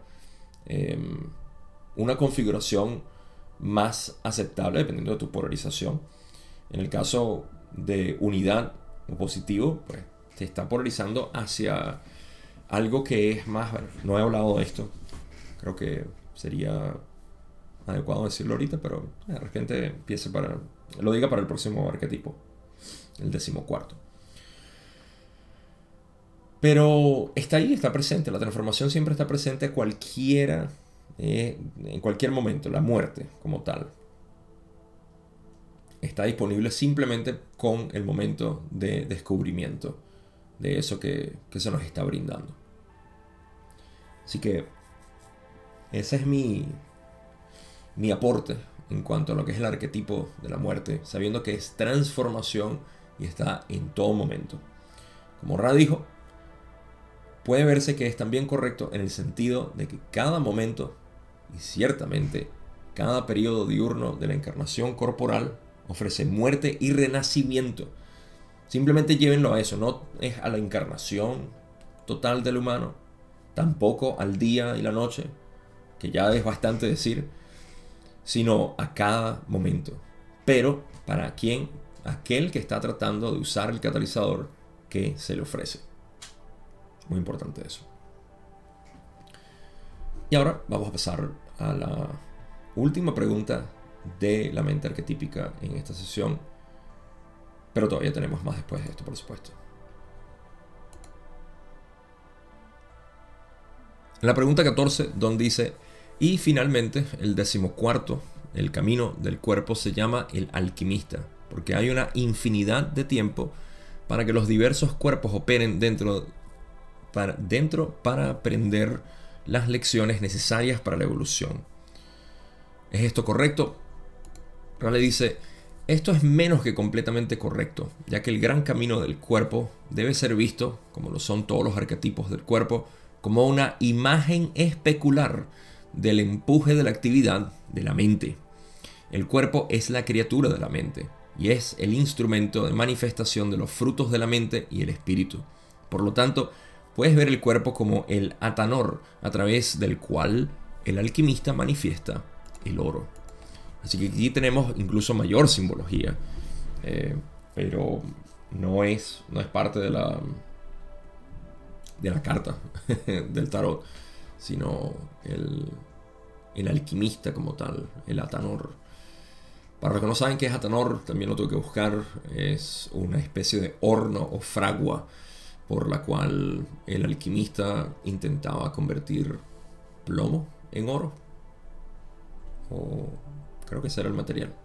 configuración más aceptable dependiendo de tu polarización. En el caso de unidad o positivo, pues te está polarizando hacia algo que es más... Bueno, no he hablado de esto, creo que sería adecuado decirlo ahorita, pero de repente lo diga para el próximo arquetipo, el 14º. Pero está ahí, está presente. La transformación siempre está presente en cualquier momento. La muerte como tal está disponible simplemente con el momento de descubrimiento de eso que se nos está brindando. Así que ese es mi aporte en cuanto a lo que es el arquetipo de la muerte, sabiendo que es transformación y está en todo momento. Como Ra dijo, puede verse que es también correcto en el sentido de que cada momento y ciertamente cada periodo diurno de la encarnación corporal ofrece muerte y renacimiento. Simplemente llévenlo a eso, no es a la encarnación total del humano, tampoco al día y la noche, que ya es bastante decir, sino a cada momento. Pero para quien, aquel que está tratando de usar el catalizador que se le ofrece. Muy importante eso. Y ahora vamos a pasar a la última pregunta de la mente arquetípica en esta sesión. Pero todavía tenemos más después de esto, por supuesto. En la pregunta 14, Don dice: y finalmente, el 14º, el camino del cuerpo se llama el alquimista, porque hay una infinidad de tiempo para que los diversos cuerpos operen dentro para aprender las lecciones necesarias para la evolución. ¿Es esto correcto? Raleigh dice: esto es menos que completamente correcto, ya que el gran camino del cuerpo debe ser visto, como lo son todos los arquetipos del cuerpo, como una imagen especular del empuje de la actividad de la mente. El cuerpo es la criatura de la mente y es el instrumento de manifestación de los frutos de la mente y el espíritu. Por lo tanto, puedes ver el cuerpo como el atanor a través del cual el alquimista manifiesta el oro. Así que aquí tenemos incluso mayor simbología, pero no es parte de la carta del tarot, sino el alquimista como tal, el atanor. Para los que no saben qué es atanor, también lo tengo que buscar. Es una especie de horno o fragua por la cual el alquimista intentaba convertir plomo en oro. O creo que ese era el material.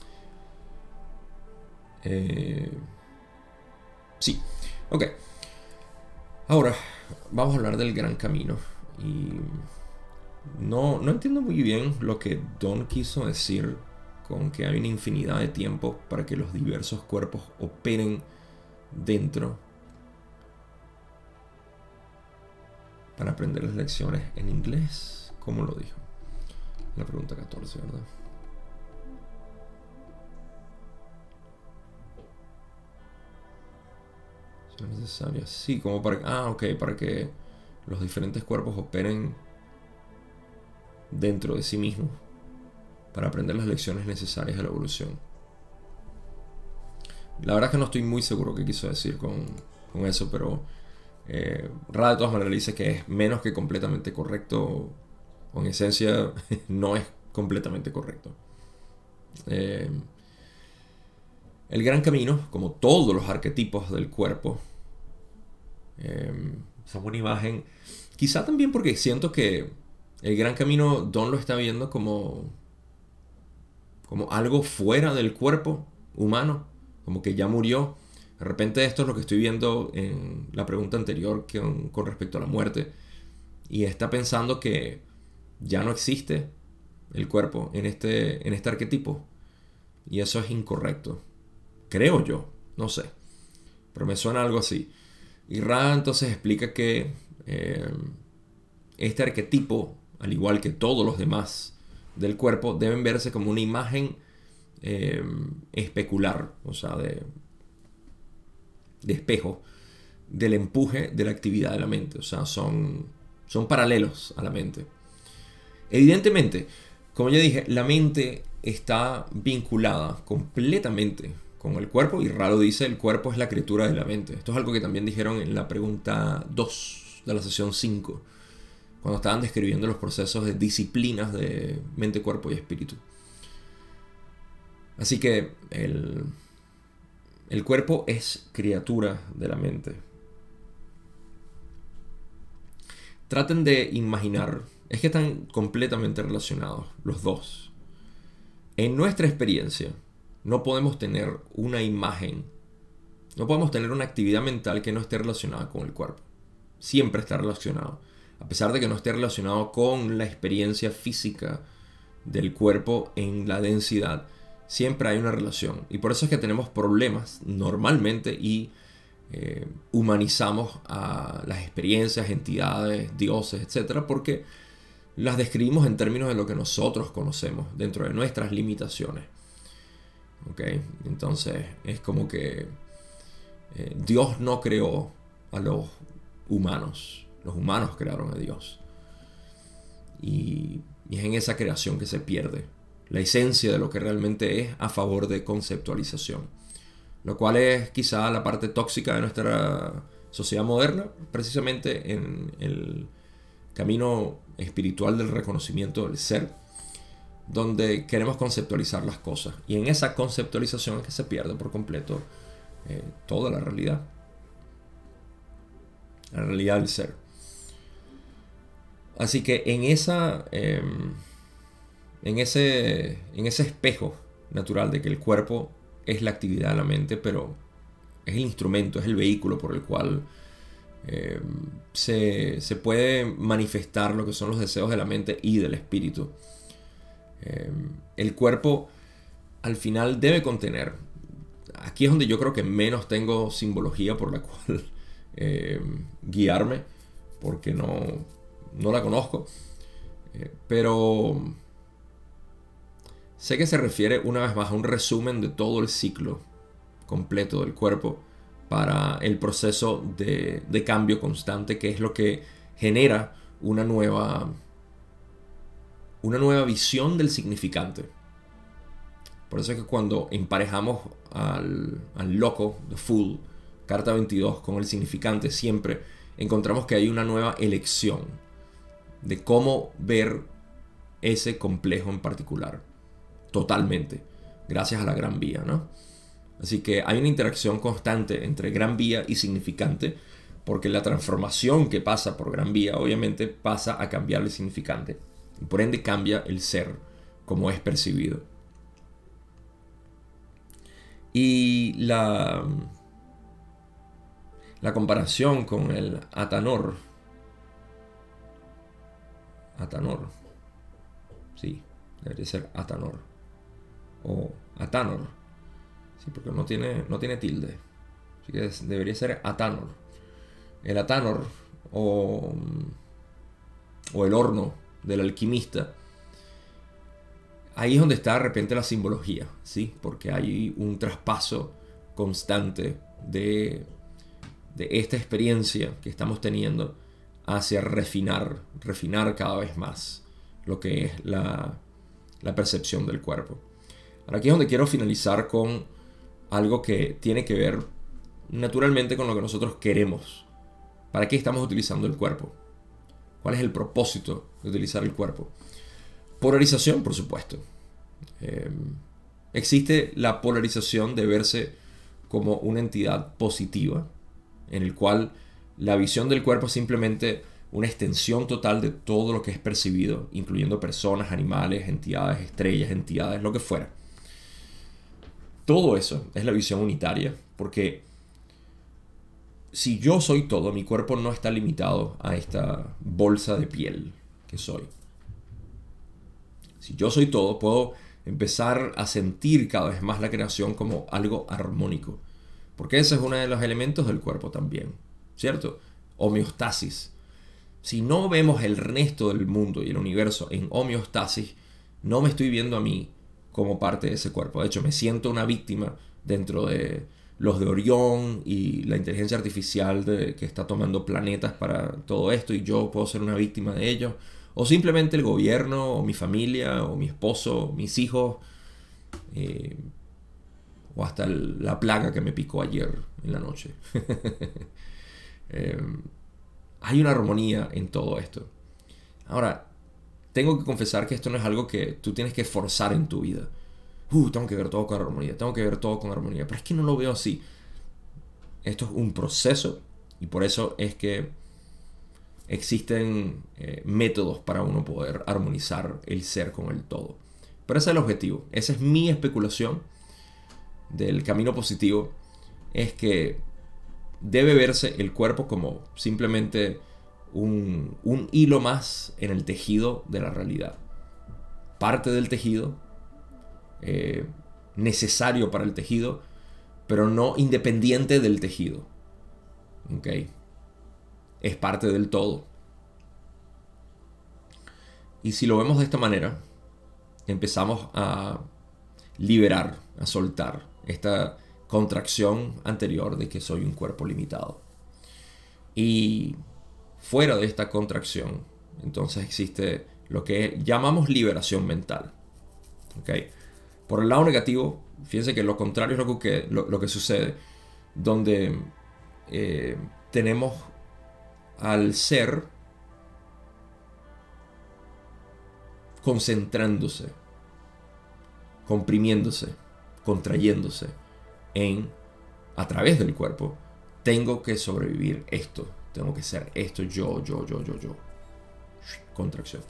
Sí, ok. Ahora, vamos a hablar del gran camino. Y no entiendo muy bien lo que Don quiso decir con que hay una infinidad de tiempo para que los diversos cuerpos operen dentro para aprender las lecciones en inglés. ¿Cómo lo dijo? La pregunta 14, ¿verdad? ¿Son necesarias? Sí, como para... ok, para que los diferentes cuerpos operen dentro de sí mismos para aprender las lecciones necesarias de la evolución. La verdad es que no estoy muy seguro qué quiso decir con eso, pero Ra de todas maneras dice que es menos que completamente correcto, o en esencia no es completamente correcto. El gran camino, como todos los arquetipos del cuerpo, son una imagen, quizá también porque siento que el gran camino Don lo está viendo como algo fuera del cuerpo humano, como que ya murió. De repente esto es lo que estoy viendo en la pregunta anterior con respecto a la muerte, y está pensando que ya no existe el cuerpo en este arquetipo, y eso es incorrecto, creo yo, no sé, pero me suena algo así. Y Ra entonces explica que este arquetipo, al igual que todos los demás del cuerpo, deben verse como una imagen especular, o sea, de espejo del empuje de la actividad de la mente. O sea, son paralelos a la mente. Evidentemente, como ya dije, la mente está vinculada completamente con el cuerpo, y Ra lo dice: el cuerpo es la criatura de la mente. Esto es algo que también dijeron en la pregunta 2 de la sesión 5, cuando estaban describiendo los procesos de disciplinas de mente, cuerpo y espíritu. Así que el cuerpo es criatura de la mente. Traten de imaginar, es que están completamente relacionados los dos. En nuestra experiencia, no podemos tener una imagen, no podemos tener una actividad mental que no esté relacionada con el cuerpo. Siempre está relacionado, a pesar de que no esté relacionado con la experiencia física del cuerpo en la densidad. Siempre hay una relación, y por eso es que tenemos problemas normalmente, y humanizamos a las experiencias, entidades, dioses, etcétera, porque las describimos en términos de lo que nosotros conocemos, dentro de nuestras limitaciones. ¿Ok? Entonces es como que Dios no creó a los humanos crearon a Dios. Y es en esa creación que se pierde la esencia de lo que realmente es a favor de conceptualización. Lo cual es quizá la parte tóxica de nuestra sociedad moderna, precisamente en el camino espiritual del reconocimiento del ser, donde queremos conceptualizar las cosas. Y en esa conceptualización es que se pierde por completo toda la realidad del ser. Así que en ese espejo natural de que el cuerpo es la actividad de la mente, pero es el instrumento, es el vehículo por el cual se puede manifestar lo que son los deseos de la mente y del espíritu. El cuerpo al final debe contener, aquí es donde yo creo que menos tengo simbología por la cual guiarme, porque no la conozco, pero sé que se refiere una vez más a un resumen de todo el ciclo completo del cuerpo para el proceso de cambio constante, que es lo que genera una nueva visión del significante. Por eso es que cuando emparejamos al loco, the fool, carta 22, con el significante, siempre encontramos que hay una nueva elección de cómo ver ese complejo en particular. Totalmente. Gracias a la Gran Vía, ¿no? Así que hay una interacción constante entre Gran Vía y significante, porque la transformación que pasa por Gran Vía obviamente pasa a cambiar el significante. Y por ende cambia el ser como es percibido. Y la comparación con el Atanor. Sí, debería ser Atanor. O Atanor. Sí, porque no tiene tilde. Así que debería ser Atanor. El Atanor o el horno del alquimista. Ahí es donde está de repente la simbología, ¿sí? Porque hay un traspaso constante de esta experiencia que estamos teniendo hacia refinar cada vez más lo que es la percepción del cuerpo. Ahora aquí es donde quiero finalizar con algo que tiene que ver naturalmente con lo que nosotros queremos. ¿Para qué estamos utilizando el cuerpo? ¿Cuál es el propósito de utilizar el cuerpo? Polarización, por supuesto. Existe la polarización de verse como una entidad positiva, en el cual la visión del cuerpo es simplemente una extensión total de todo lo que es percibido, incluyendo personas, animales, entidades, estrellas, entidades, lo que fuera. Todo eso es la visión unitaria, porque si yo soy todo, mi cuerpo no está limitado a esta bolsa de piel que soy. Si yo soy todo, puedo empezar a sentir cada vez más la creación como algo armónico. Porque ese es uno de los elementos del cuerpo también, ¿cierto? Homeostasis. Si no vemos el resto del mundo y el universo en homeostasis, no me estoy viendo a mí como parte de ese cuerpo. De hecho, me siento una víctima dentro de los de Orión y la inteligencia artificial que está tomando planetas para todo esto, y yo puedo ser una víctima de ellos. O simplemente el gobierno, o mi familia, o mi esposo, mis hijos, o hasta la plaga que me picó ayer en la noche. Hay una armonía en todo esto. Ahora, tengo que confesar que esto no es algo que tú tienes que forzar en tu vida. Tengo que ver todo con armonía, tengo que ver todo con armonía. Pero es que no lo veo así. Esto es un proceso, y por eso es que existen métodos para uno poder armonizar el ser con el todo. Pero ese es el objetivo. Esa es mi especulación del camino positivo. Es que debe verse el cuerpo como simplemente un hilo más en el tejido de la realidad. Parte del tejido, necesario para el tejido, pero no independiente del tejido. ¿Ok? Es parte del todo. Y si lo vemos de esta manera, empezamos a liberar, a soltar esta contracción anterior de que soy un cuerpo limitado. Y fuera de esta contracción, entonces existe lo que llamamos liberación mental. ¿Ok? Por el lado negativo, fíjense que lo contrario es lo que sucede, donde tenemos al ser concentrándose, comprimiéndose, contrayéndose a través del cuerpo. Tengo que sobrevivir esto, tengo que ser esto, yo. Contracción.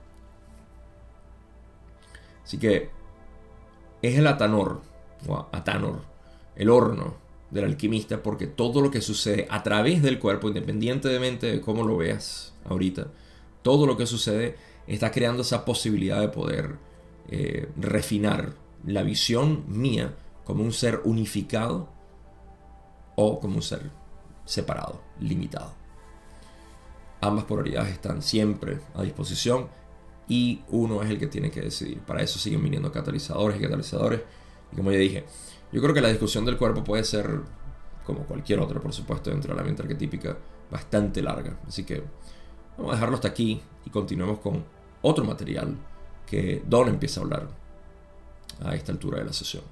Así que es el Atanor, o Atanor, el horno del alquimista, porque todo lo que sucede a través del cuerpo, independientemente de cómo lo veas ahorita, todo lo que sucede está creando esa posibilidad de poder refinar la visión mía como un ser unificado o como un ser separado, limitado. Ambas polaridades están siempre a disposición y uno es el que tiene que decidir. Para eso siguen viniendo catalizadores y catalizadores. Y como ya dije, yo creo que la discusión del cuerpo puede ser, como cualquier otra, por supuesto, dentro de la mente arquetípica, bastante larga. Así que vamos a dejarlo hasta aquí y continuemos con otro material que Don empieza a hablar a esta altura de la sesión.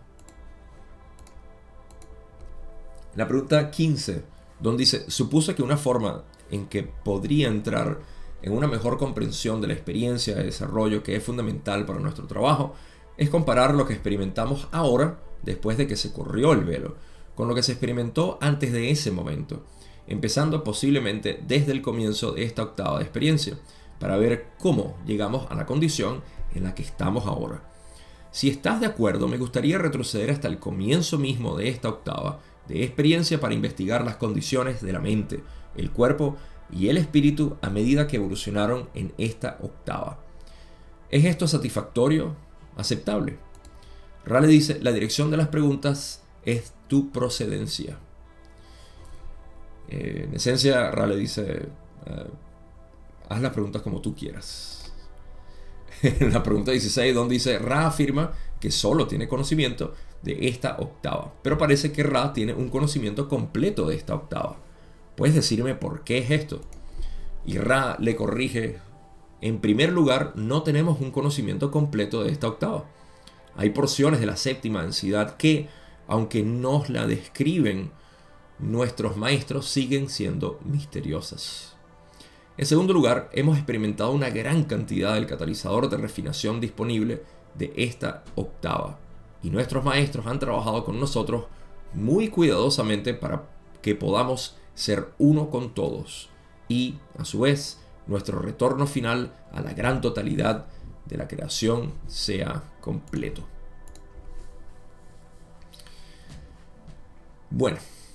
La pregunta 15, Don dice: supuse que una forma en que podría entrar en una mejor comprensión de la experiencia de desarrollo que es fundamental para nuestro trabajo es comparar lo que experimentamos ahora, después de que se corrió el velo, con lo que se experimentó antes de ese momento, empezando posiblemente desde el comienzo de esta octava de experiencia, para ver cómo llegamos a la condición en la que estamos ahora. Si estás de acuerdo, me gustaría retroceder hasta el comienzo mismo de esta octava de experiencia para investigar las condiciones de la mente, el cuerpo y el espíritu a medida que evolucionaron en esta octava. ¿Es esto satisfactorio? ¿Aceptable? Rale dice: la dirección de las preguntas es tu procedencia. En esencia, Rale dice: haz las preguntas como tú quieras. En la pregunta 16, Don dice: Ra afirma que solo tiene conocimiento de esta octava, pero parece que Ra tiene un conocimiento completo de esta octava. ¿Puedes decirme por qué es esto? Y Ra le corrige: en primer lugar, no tenemos un conocimiento completo de esta octava. Hay porciones de la séptima densidad que, aunque nos la describen nuestros maestros, siguen siendo misteriosas. En segundo lugar, hemos experimentado una gran cantidad del catalizador de refinación disponible de esta octava, y nuestros maestros han trabajado con nosotros muy cuidadosamente para que podamos ser uno con todos y, a su vez, nuestro retorno final a la gran totalidad de la creación sea completo. Bueno,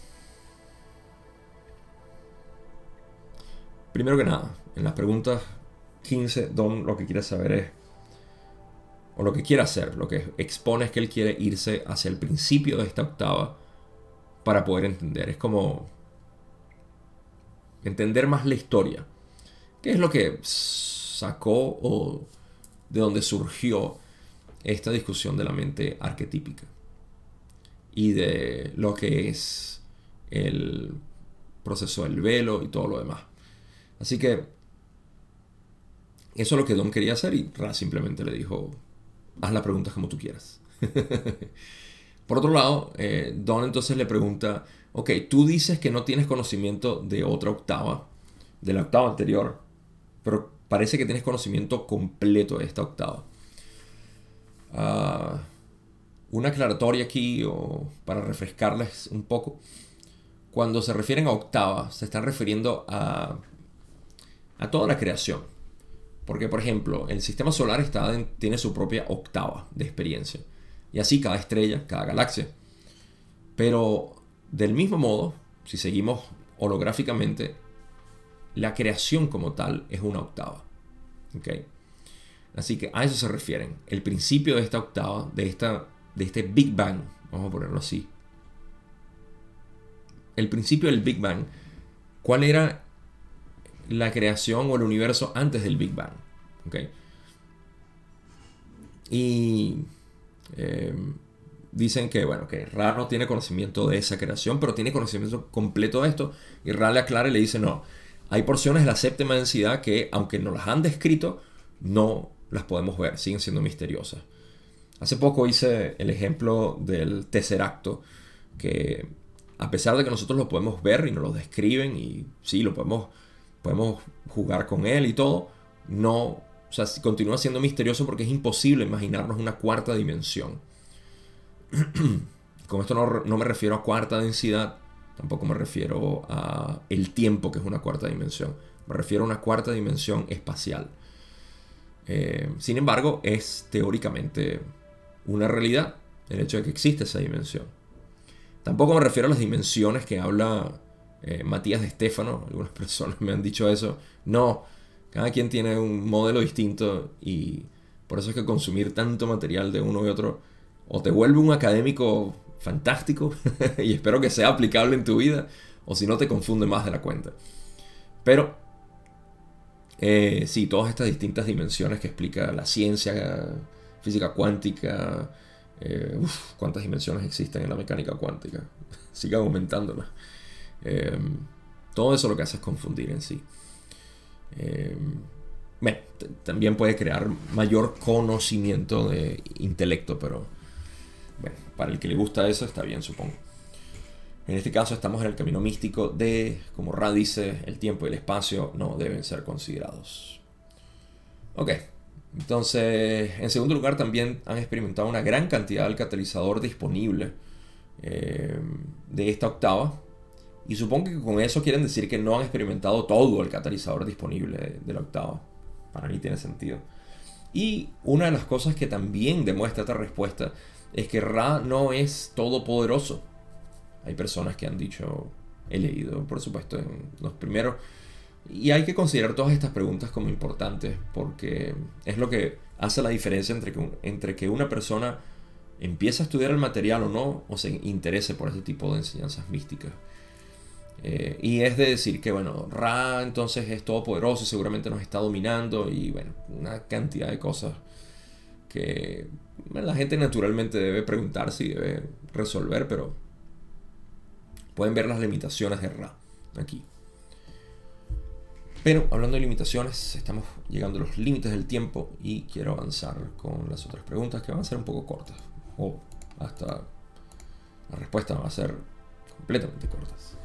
primero que nada, en las preguntas 15, Don lo que quiere saber es, o lo que quiere hacer, lo que expone es que él quiere irse hacia el principio de esta octava para poder entender. Es como entender más la historia. ¿Qué es lo que sacó o de donde surgió esta discusión de la mente arquetípica? Y de lo que es el proceso del velo y todo lo demás. Así que eso es lo que Don quería hacer y Ra simplemente le dijo: haz las preguntas como tú quieras. Por otro lado, Don entonces le pregunta: ok, tú dices que no tienes conocimiento de otra octava, de la octava anterior, pero parece que tienes conocimiento completo de esta octava. Una aclaratoria aquí, o para refrescarles un poco: cuando se refieren a octava, se están refiriendo a toda la creación. Porque, por ejemplo, el sistema solar tiene su propia octava de experiencia. Y así cada estrella, cada galaxia. Pero, del mismo modo, si seguimos holográficamente, la creación como tal es una octava. ¿Okay? Así que a eso se refieren. El principio de esta octava, de este Big Bang, vamos a ponerlo así. El principio del Big Bang cuál era la creación o el universo antes del Big Bang. ¿Okay? Y dicen que, bueno, que Ra no tiene conocimiento de esa creación, pero tiene conocimiento completo de esto. Y Ra le aclara y le dice, no, hay porciones de la séptima densidad que, aunque nos las han descrito, no las podemos ver, siguen siendo misteriosas. Hace poco hice el ejemplo del Tesseracto, que a pesar de que nosotros lo podemos ver y nos lo describen, y sí, lo podemos jugar con él y todo, no, o sea, continúa siendo misterioso porque es imposible imaginarnos una cuarta dimensión. Con esto no me refiero a cuarta densidad, tampoco me refiero a el tiempo, que es una cuarta dimensión. Me refiero a una cuarta dimensión espacial. Sin embargo, es teóricamente una realidad el hecho de que existe esa dimensión. Tampoco me refiero a las dimensiones que habla Matías de Estéfano. Algunas personas me han dicho eso. No, cada quien tiene un modelo distinto y por eso es que consumir tanto material de uno y otro o te vuelve un académico fantástico y espero que sea aplicable en tu vida, o si no te confunde más de la cuenta. Pero sí, todas estas distintas dimensiones que explica la ciencia, física cuántica, cuántas dimensiones existen en la mecánica cuántica, sigan aumentándolas. Todo eso lo que hace es confundir en sí. Bueno, también puede crear mayor conocimiento de intelecto, pero bueno, para el que le gusta eso está bien, supongo. En este caso estamos en el camino místico de, como Ra dice, el tiempo y el espacio no deben ser considerados. Ok, entonces, en segundo lugar, también han experimentado una gran cantidad del catalizador disponible de esta octava. Y supongo que con eso quieren decir que no han experimentado todo el catalizador disponible de la octava. Para mí tiene sentido. Y una de las cosas que también demuestra esta respuesta es que Ra no es todopoderoso. Hay personas que han dicho, he leído por supuesto en los primeros, y hay que considerar todas estas preguntas como importantes porque es lo que hace la diferencia entre que una persona empiece a estudiar el material o no, o se interese por este tipo de enseñanzas místicas. Y es de decir que, bueno, Ra entonces es todopoderoso y seguramente nos está dominando y, bueno, una cantidad de cosas que la gente naturalmente debe preguntarse y debe resolver, pero pueden ver las limitaciones de Ra aquí. Pero hablando de limitaciones, estamos llegando a los límites del tiempo y quiero avanzar con las otras preguntas que van a ser un poco cortas. O hasta la respuesta va a ser completamente cortas.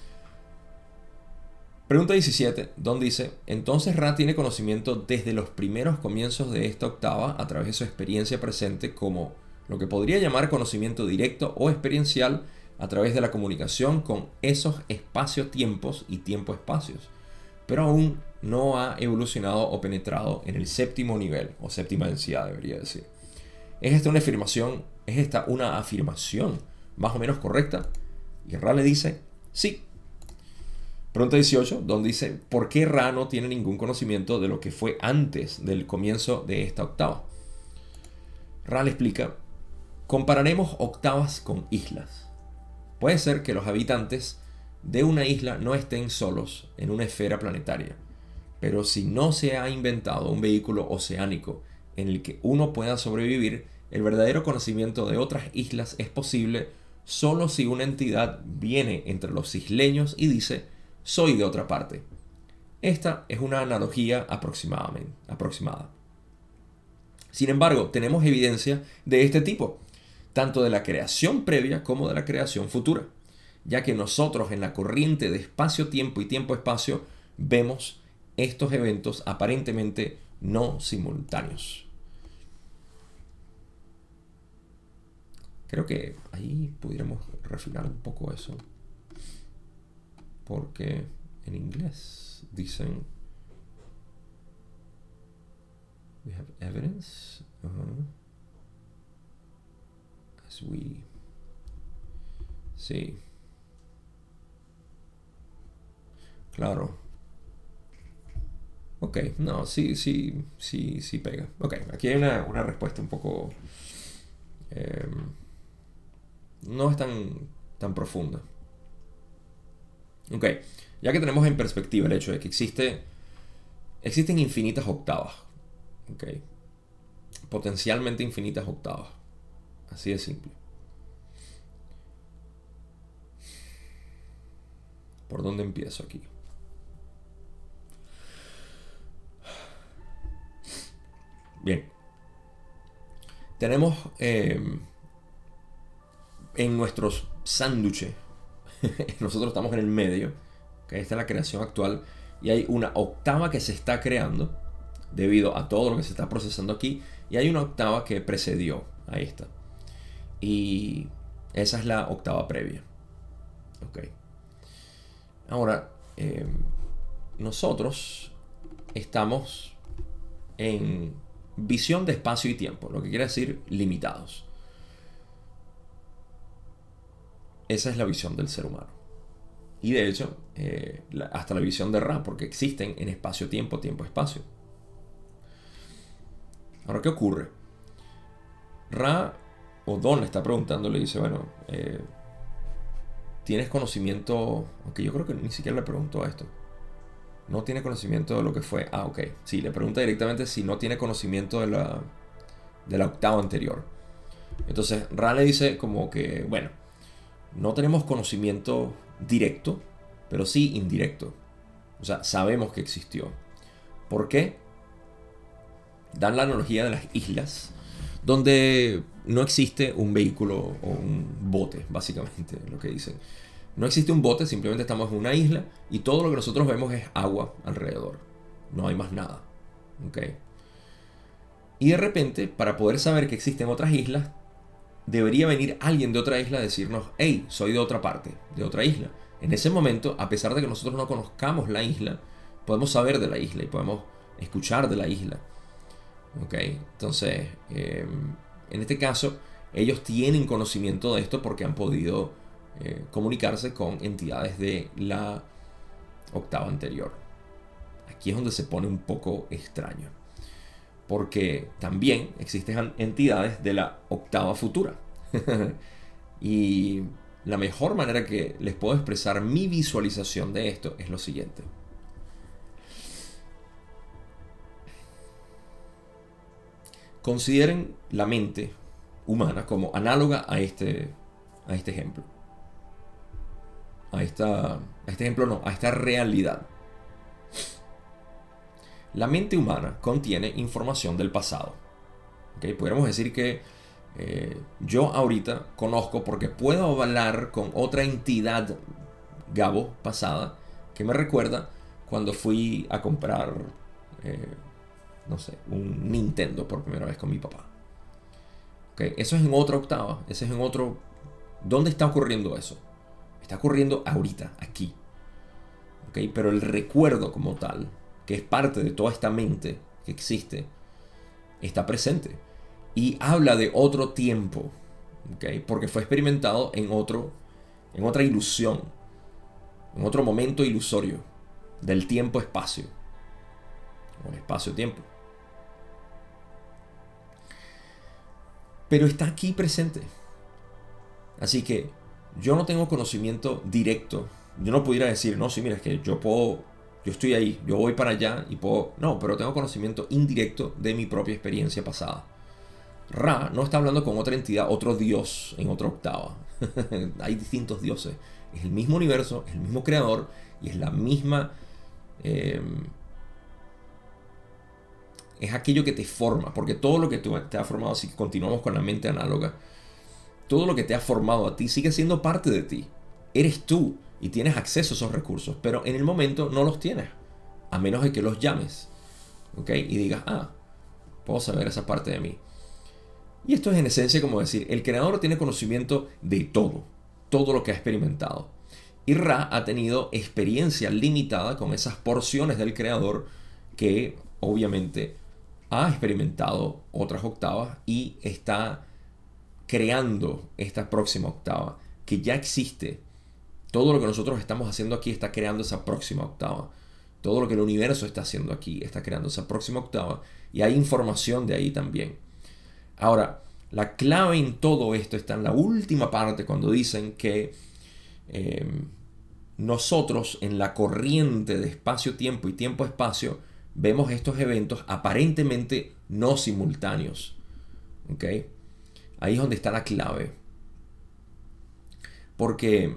Pregunta 17, Don dice, entonces Ra tiene conocimiento desde los primeros comienzos de esta octava a través de su experiencia presente como lo que podría llamar conocimiento directo o experiencial a través de la comunicación con esos espacio-tiempos y tiempo-espacios, pero aún no ha evolucionado o penetrado en el séptimo nivel, o séptima densidad debería decir. ¿Es esta una afirmación más o menos correcta? Y Ra le dice, sí. Pregunta 18, Don dice, ¿por qué Ra no tiene ningún conocimiento de lo que fue antes del comienzo de esta octava? Ra le explica, compararemos octavas con islas. Puede ser que los habitantes de una isla no estén solos en una esfera planetaria, pero si no se ha inventado un vehículo oceánico en el que uno pueda sobrevivir, el verdadero conocimiento de otras islas es posible solo si una entidad viene entre los isleños y dice, soy de otra parte. Esta es una analogía aproximada. Sin embargo, tenemos evidencia de este tipo, tanto de la creación previa como de la creación futura, ya que nosotros en la corriente de espacio-tiempo y tiempo-espacio vemos estos eventos aparentemente no simultáneos. Creo que ahí pudiéramos refinar un poco eso, porque en inglés dicen we have evidence as we sí, claro. Ok, no, sí pega. Ok, aquí hay una respuesta un poco no es tan profunda. Ok, Ya que tenemos en perspectiva el hecho de que existen infinitas octavas, ¿ok? Potencialmente infinitas octavas. Así de simple. ¿Por dónde empiezo aquí? Bien. Tenemos en nuestros sándwiches, nosotros estamos en el medio, que esta es la creación actual, y hay una octava que se está creando debido a todo lo que se está procesando aquí, y hay una octava que precedió a esta. Y esa es la octava previa. Ok. Ahora, nosotros estamos en visión de espacio y tiempo, lo que quiere decir limitados. Esa es la visión del ser humano. Y de hecho, hasta la visión de Ra, porque existen en espacio-tiempo, tiempo-espacio. Ahora, ¿qué ocurre? Ra o Don le está preguntando, le dice, bueno, ¿tienes conocimiento? Aunque yo creo que ni siquiera le preguntó esto. No tiene conocimiento de lo que fue. Ah, ok. Sí, le pregunta directamente si no tiene conocimiento de la octava anterior. Entonces Ra le dice como que, bueno, no tenemos conocimiento directo, pero sí indirecto. O sea, sabemos que existió. ¿Por qué? Dan la analogía de las islas, donde no existe un vehículo o un bote, básicamente, lo que dicen. No existe un bote, simplemente estamos en una isla y todo lo que nosotros vemos es agua alrededor. No hay más nada. ¿Ok? Y de repente, para poder saber que existen otras islas, debería venir alguien de otra isla a decirnos, hey, soy de otra parte, de otra isla. En ese momento, a pesar de que nosotros no conozcamos la isla, podemos saber de la isla y podemos escuchar de la isla. ¿Ok? Entonces, en este caso, ellos tienen conocimiento de esto porque han podido comunicarse con entidades de la octava anterior. Aquí es donde se pone un poco extraño, porque también existen entidades de la octava futura. Y la mejor manera que les puedo expresar mi visualización de esto es lo siguiente. Consideren la mente humana como análoga a este ejemplo. A este ejemplo no, a esta realidad. La mente humana contiene información del pasado. ¿Okay? Podríamos decir que yo ahorita conozco porque puedo hablar con otra entidad Gabo pasada que me recuerda cuando fui a comprar, no sé, un Nintendo por primera vez con mi papá. ¿Okay? Eso es en otra octava, ese es en otro... ¿Dónde está ocurriendo eso? Está ocurriendo ahorita, aquí. ¿Okay? Pero el recuerdo como tal, que es parte de toda esta mente que existe, está presente. Y habla de otro tiempo. ¿Okay? Porque fue experimentado en otra ilusión. En otro momento ilusorio. Del tiempo-espacio. O el espacio-tiempo. Pero está aquí presente. Así que yo no tengo conocimiento directo. Yo no pudiera decir, no, sí, mira, es que yo estoy ahí, yo voy para allá y puedo... No, pero tengo conocimiento indirecto de mi propia experiencia pasada. Ra no está hablando con otra entidad, otro dios en otra octava. Hay distintos dioses. Es el mismo universo, es el mismo creador y es la misma... es aquello que te forma, porque todo lo que te ha formado, si continuamos con la mente análoga, todo lo que te ha formado a ti sigue siendo parte de ti. Eres tú y tienes acceso a esos recursos, pero en el momento no los tienes, a menos de que los llames, ¿ok? Y digas, puedo saber esa parte de mí. Y esto es en esencia como decir, el creador tiene conocimiento de todo lo que ha experimentado. Y Ra ha tenido experiencia limitada con esas porciones del creador que obviamente ha experimentado otras octavas y está creando esta próxima octava que ya existe. Todo lo que nosotros estamos haciendo aquí está creando esa próxima octava. Todo lo que el universo está haciendo aquí está creando esa próxima octava y hay información de ahí también. Ahora, la clave en todo esto está en la última parte cuando dicen que nosotros en la corriente de espacio-tiempo y tiempo-espacio vemos estos eventos aparentemente no simultáneos. ¿Ok? Ahí es donde está la clave. Porque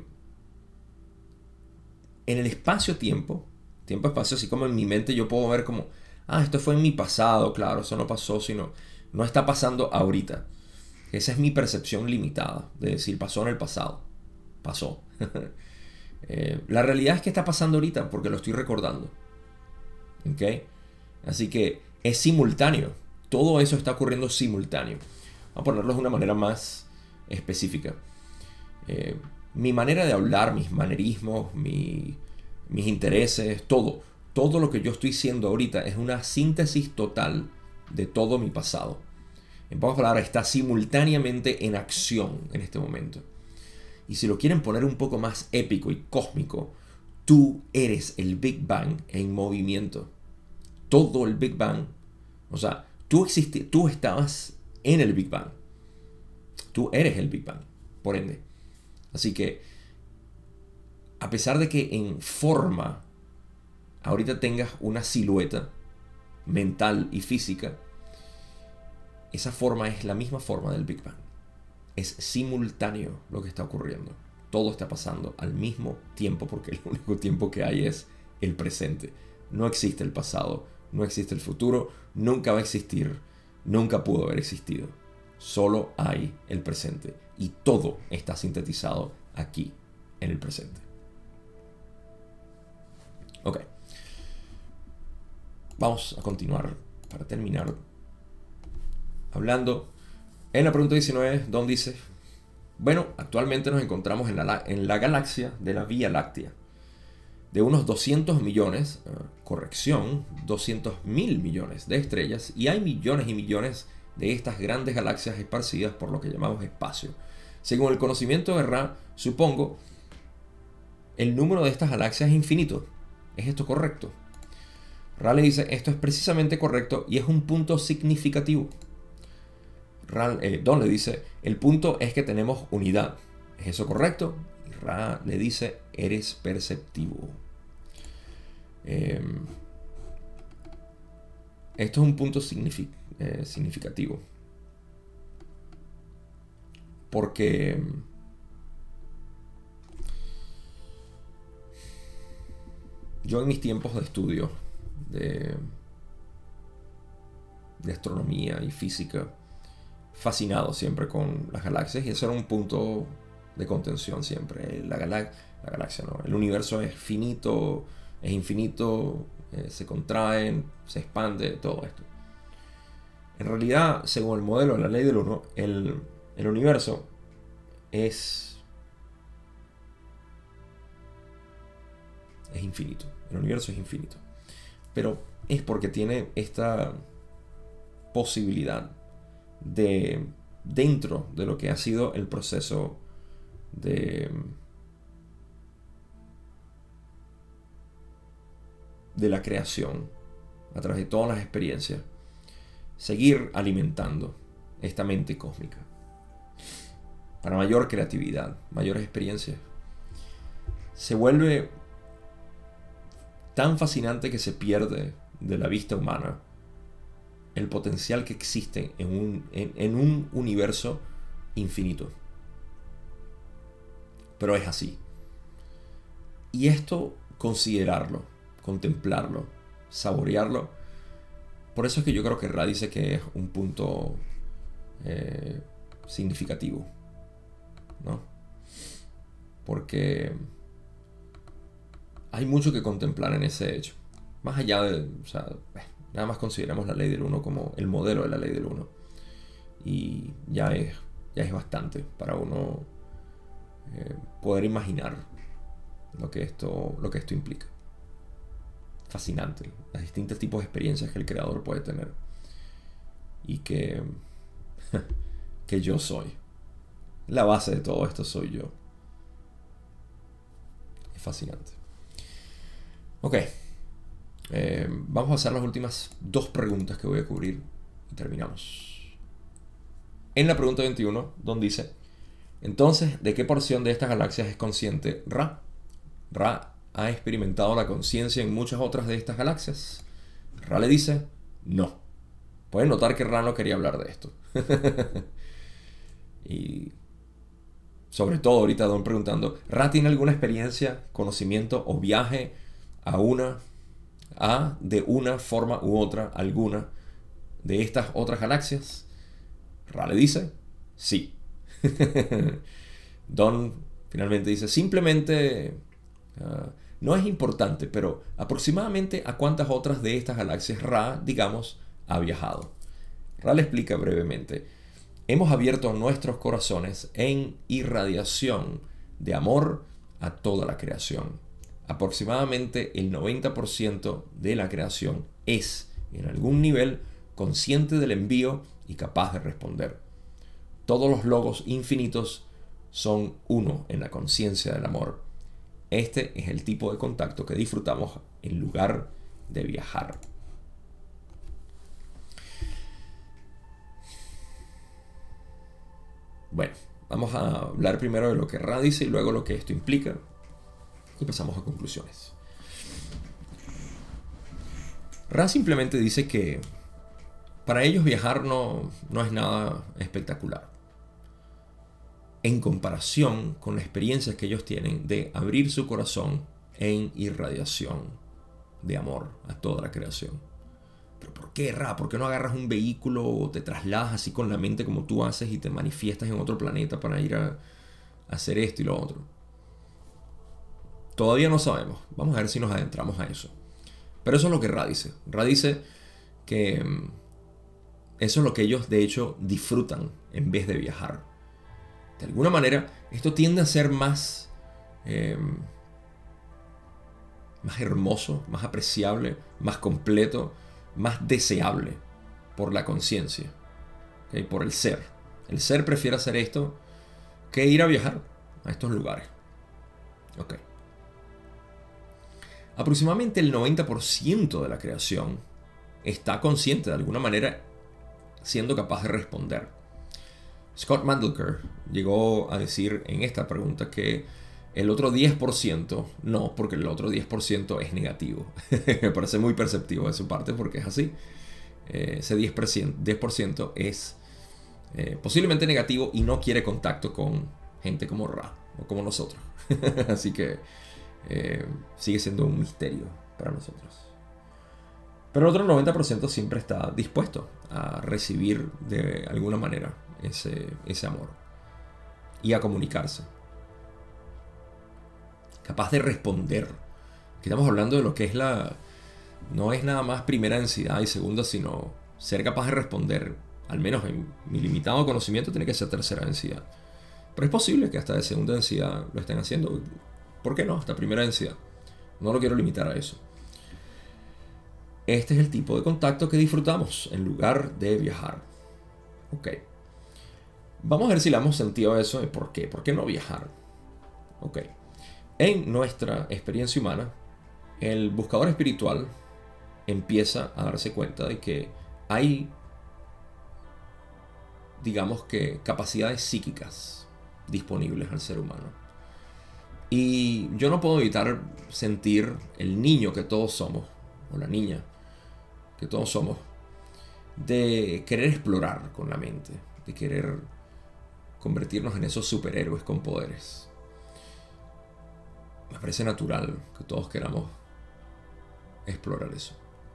en el espacio-tiempo, tiempo-espacio, así como en mi mente yo puedo ver como, esto fue en mi pasado, claro, eso no pasó, sino no está pasando ahorita. Esa es mi percepción limitada, de decir, pasó en el pasado. Pasó. La realidad es que está pasando ahorita porque lo estoy recordando. ¿Ok? Así que es simultáneo. Todo eso está ocurriendo simultáneo. Vamos a ponerlo de una manera más específica. Mi manera de hablar, mis manerismos, mis intereses, todo lo que yo estoy siendo ahorita es una síntesis total de todo mi pasado. En pocas palabras, está simultáneamente en acción en este momento. Y si lo quieren poner un poco más épico y cósmico, tú eres el Big Bang en movimiento. Todo el Big Bang, o sea, tú estabas en el Big Bang. Tú eres el Big Bang, por ende. Así que, a pesar de que en forma ahorita tengas una silueta mental y física, esa forma es la misma forma del Big Bang. Es simultáneo lo que está ocurriendo. Todo está pasando al mismo tiempo porque el único tiempo que hay es el presente. No existe el pasado, no existe el futuro, nunca va a existir, nunca pudo haber existido. Solo hay el presente y todo está sintetizado aquí en el presente. Ok. Vamos a continuar para terminar hablando. En la pregunta 19, Don dice, bueno, actualmente nos encontramos en la galaxia de la Vía Láctea, de unos 200 millones, 200.000 millones de estrellas, y hay millones y millones de estas grandes galaxias esparcidas por lo que llamamos espacio. Según el conocimiento de Ra, supongo, el número de estas galaxias es infinito. ¿Es esto correcto? Ra le dice, esto es precisamente correcto y es un punto significativo. Don le dice, el punto es que tenemos unidad. ¿Es eso correcto? Y Ra le dice, eres perceptivo. Esto es un punto significativo. Porque yo en mis tiempos de estudio de astronomía y física, fascinado siempre con las galaxias, y eso era un punto de contención siempre. La galaxia, ¿no? El universo es finito, es infinito, se contrae, se expande, todo esto. En realidad, según el modelo de la ley del 1, el universo es infinito. El universo es infinito. Pero es porque tiene esta posibilidad de, dentro de lo que ha sido el proceso de la creación, a través de todas las experiencias, seguir alimentando esta mente cósmica para mayor creatividad, mayores experiencias. Se vuelve tan fascinante que se pierde de la vista humana el potencial que existe en un universo infinito. Pero es así. Y esto, considerarlo, contemplarlo, saborearlo, por eso es que yo creo que Ra dice que es un punto significativo, ¿no? Porque hay mucho que contemplar en ese hecho. Más allá de, nada más consideramos la ley del 1 como el modelo de la ley del 1. Y ya es bastante para uno poder imaginar lo que esto implica. Fascinante. Los distintos tipos de experiencias que el creador puede tener. Y que yo soy. La base de todo esto soy yo. Es fascinante. Ok. Vamos a hacer las últimas 2 preguntas que voy a cubrir y terminamos. En la pregunta 21, Don dice, entonces, ¿de qué porción de estas galaxias es consciente Ra? Ra ha experimentado la conciencia en muchas otras de estas galaxias. Ra le dice, no. Pueden notar que Ra no quería hablar de esto. Y sobre todo ahorita Don preguntando, ¿Ra tiene alguna experiencia, conocimiento o viaje de una forma u otra alguna de estas otras galaxias? Ra le dice, sí. Don finalmente dice, simplemente no es importante, pero aproximadamente a cuántas otras de estas galaxias Ra, digamos, ha viajado. Ra le explica brevemente, hemos abierto nuestros corazones en irradiación de amor a toda la creación. Aproximadamente el 90% de la creación es, en algún nivel, consciente del envío y capaz de responder. Todos los logos infinitos son uno en la conciencia del amor. Este es el tipo de contacto que disfrutamos en lugar de viajar. Bueno, vamos a hablar primero de lo que Ra dice y luego lo que esto implica. Y pasamos a conclusiones. Ra simplemente dice que para ellos viajar no es nada espectacular en comparación con las experiencias que ellos tienen de abrir su corazón en irradiación de amor a toda la creación. ¿Pero por qué, Ra? ¿Por qué no agarras un vehículo o te trasladas así con la mente como tú haces y te manifiestas en otro planeta para ir a hacer esto y lo otro? Todavía no sabemos. Vamos a ver si nos adentramos a eso. Pero eso es lo que Ra dice. Ra dice que eso es lo que ellos de hecho disfrutan en vez de viajar. De alguna manera, esto tiende a ser más hermoso, más apreciable, más completo, más deseable por la conciencia, ¿okay? Por el ser. El ser prefiere hacer esto que ir a viajar a estos lugares. Okay. Aproximadamente el 90% de la creación está consciente de alguna manera, siendo capaz de responder. Scott Mandelker llegó a decir en esta pregunta que el otro 10% no, porque el otro 10% es negativo. Me parece muy perceptivo de su parte porque es así. Ese 10% es posiblemente negativo y no quiere contacto con gente como Ra o como nosotros. Así que sigue siendo un misterio para nosotros. Pero el otro 90% siempre está dispuesto a recibir de alguna manera ese amor y a comunicarse. Capaz de responder. Aquí estamos hablando de lo que es no es nada más primera densidad y segunda, sino ser capaz de responder. Al menos en mi limitado conocimiento tiene que ser tercera densidad. Pero es posible que hasta de segunda densidad lo estén haciendo. ¿Por qué no? Hasta primera densidad. No lo quiero limitar a eso. Este es el tipo de contacto que disfrutamos en lugar de viajar. Ok. Vamos a ver si le damos sentido a eso de por qué. ¿Por qué no viajar? Ok. En nuestra experiencia humana, el buscador espiritual empieza a darse cuenta de que hay, digamos que, capacidades psíquicas disponibles al ser humano. Y yo no puedo evitar sentir el niño que todos somos, o la niña que todos somos, de querer explorar con la mente, de querer convertirnos en esos superhéroes con poderes. Me parece natural que todos queramos explorar eso.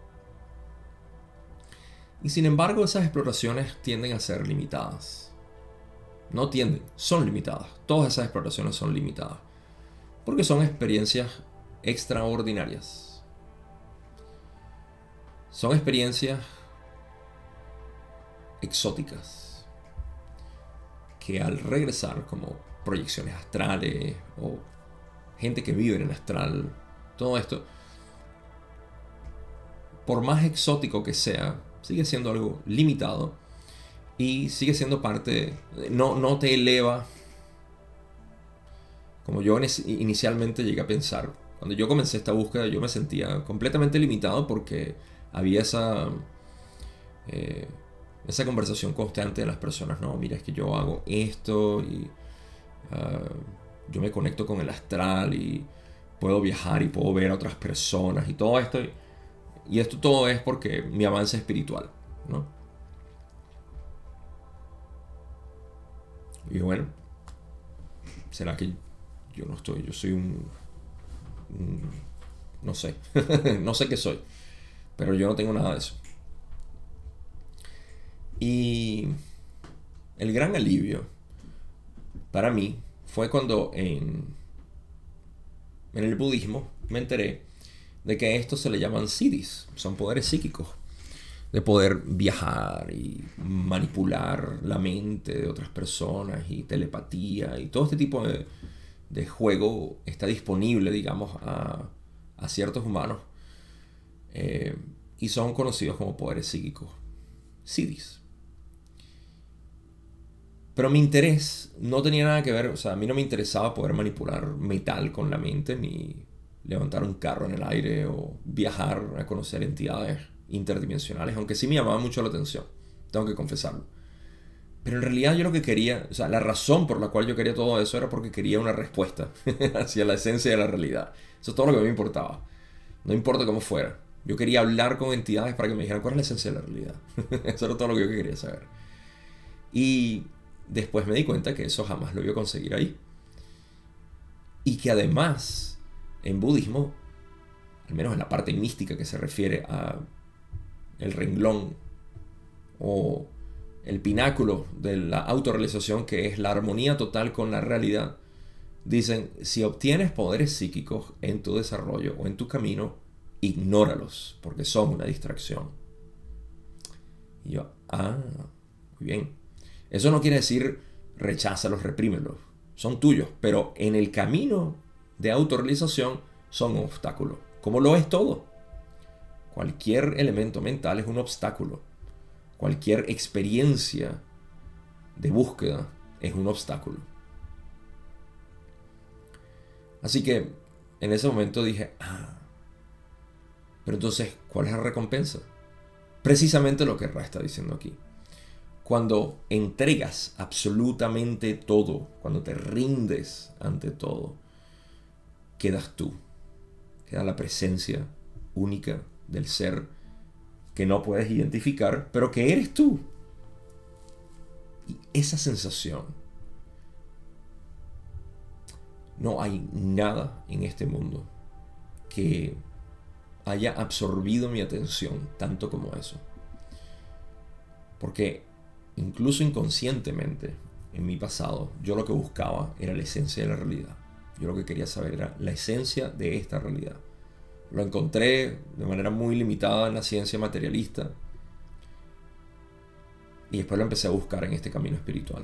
Y sin embargo, esas exploraciones tienden a ser limitadas. No tienden, son limitadas. Todas esas exploraciones son limitadas. Porque son experiencias extraordinarias. Son experiencias exóticas que al regresar, como proyecciones astrales o gente que vive en el astral, todo esto, por más exótico que sea, sigue siendo algo limitado y sigue siendo parte, no te eleva, como yo inicialmente llegué a pensar. Cuando yo comencé esta búsqueda, yo me sentía completamente limitado porque había esa conversación constante de las personas. No, mira, es que yo hago esto y yo me conecto con el astral y puedo viajar y puedo ver a otras personas y todo esto. Y esto todo es porque mi avance espiritual, ¿no? Y bueno, ¿será que yo no estoy? Yo soy no sé, no sé qué soy, pero yo no tengo nada de eso. Y el gran alivio para mí fue cuando en el budismo me enteré de que a esto se le llaman siddhis, son poderes psíquicos, de poder viajar y manipular la mente de otras personas y telepatía y todo este tipo de juego está disponible, digamos, a ciertos humanos, y son conocidos como poderes psíquicos, siddhis. Pero mi interés no tenía nada que ver, o sea, a mí no me interesaba poder manipular metal con la mente, ni levantar un carro en el aire o viajar a conocer entidades interdimensionales, aunque sí me llamaba mucho la atención, tengo que confesarlo. Pero en realidad yo lo que quería, o sea, la razón por la cual yo quería todo eso era porque quería una respuesta hacia la esencia de la realidad. Eso es todo lo que a mí me importaba. No importa cómo fuera. Yo quería hablar con entidades para que me dijeran cuál es la esencia de la realidad. Eso era todo lo que yo quería saber. Y después me di cuenta que eso jamás lo iba a conseguir ahí. Y que además, en budismo, al menos en la parte mística que se refiere a el renglón o el pináculo de la autorrealización, que es la armonía total con la realidad, dicen, si obtienes poderes psíquicos en tu desarrollo o en tu camino, ignóralos, porque son una distracción. Y yo, muy bien. Eso no quiere decir recházalos, reprímelos. Son tuyos, pero en el camino de autorrealización son un obstáculo, como lo es todo. Cualquier elemento mental es un obstáculo. Cualquier experiencia de búsqueda es un obstáculo. Así que en ese momento dije, pero entonces, ¿cuál es la recompensa? Precisamente lo que Ra está diciendo aquí. Cuando entregas absolutamente todo, cuando te rindes ante todo, quedas tú. Queda la presencia única del ser que no puedes identificar, pero que eres tú. Y esa sensación, no hay nada en este mundo que haya absorbido mi atención tanto como eso. Porque incluso inconscientemente, en mi pasado, yo lo que buscaba era la esencia de la realidad. Yo lo que quería saber era la esencia de esta realidad. Lo encontré de manera muy limitada en la ciencia materialista. Y después lo empecé a buscar en este camino espiritual.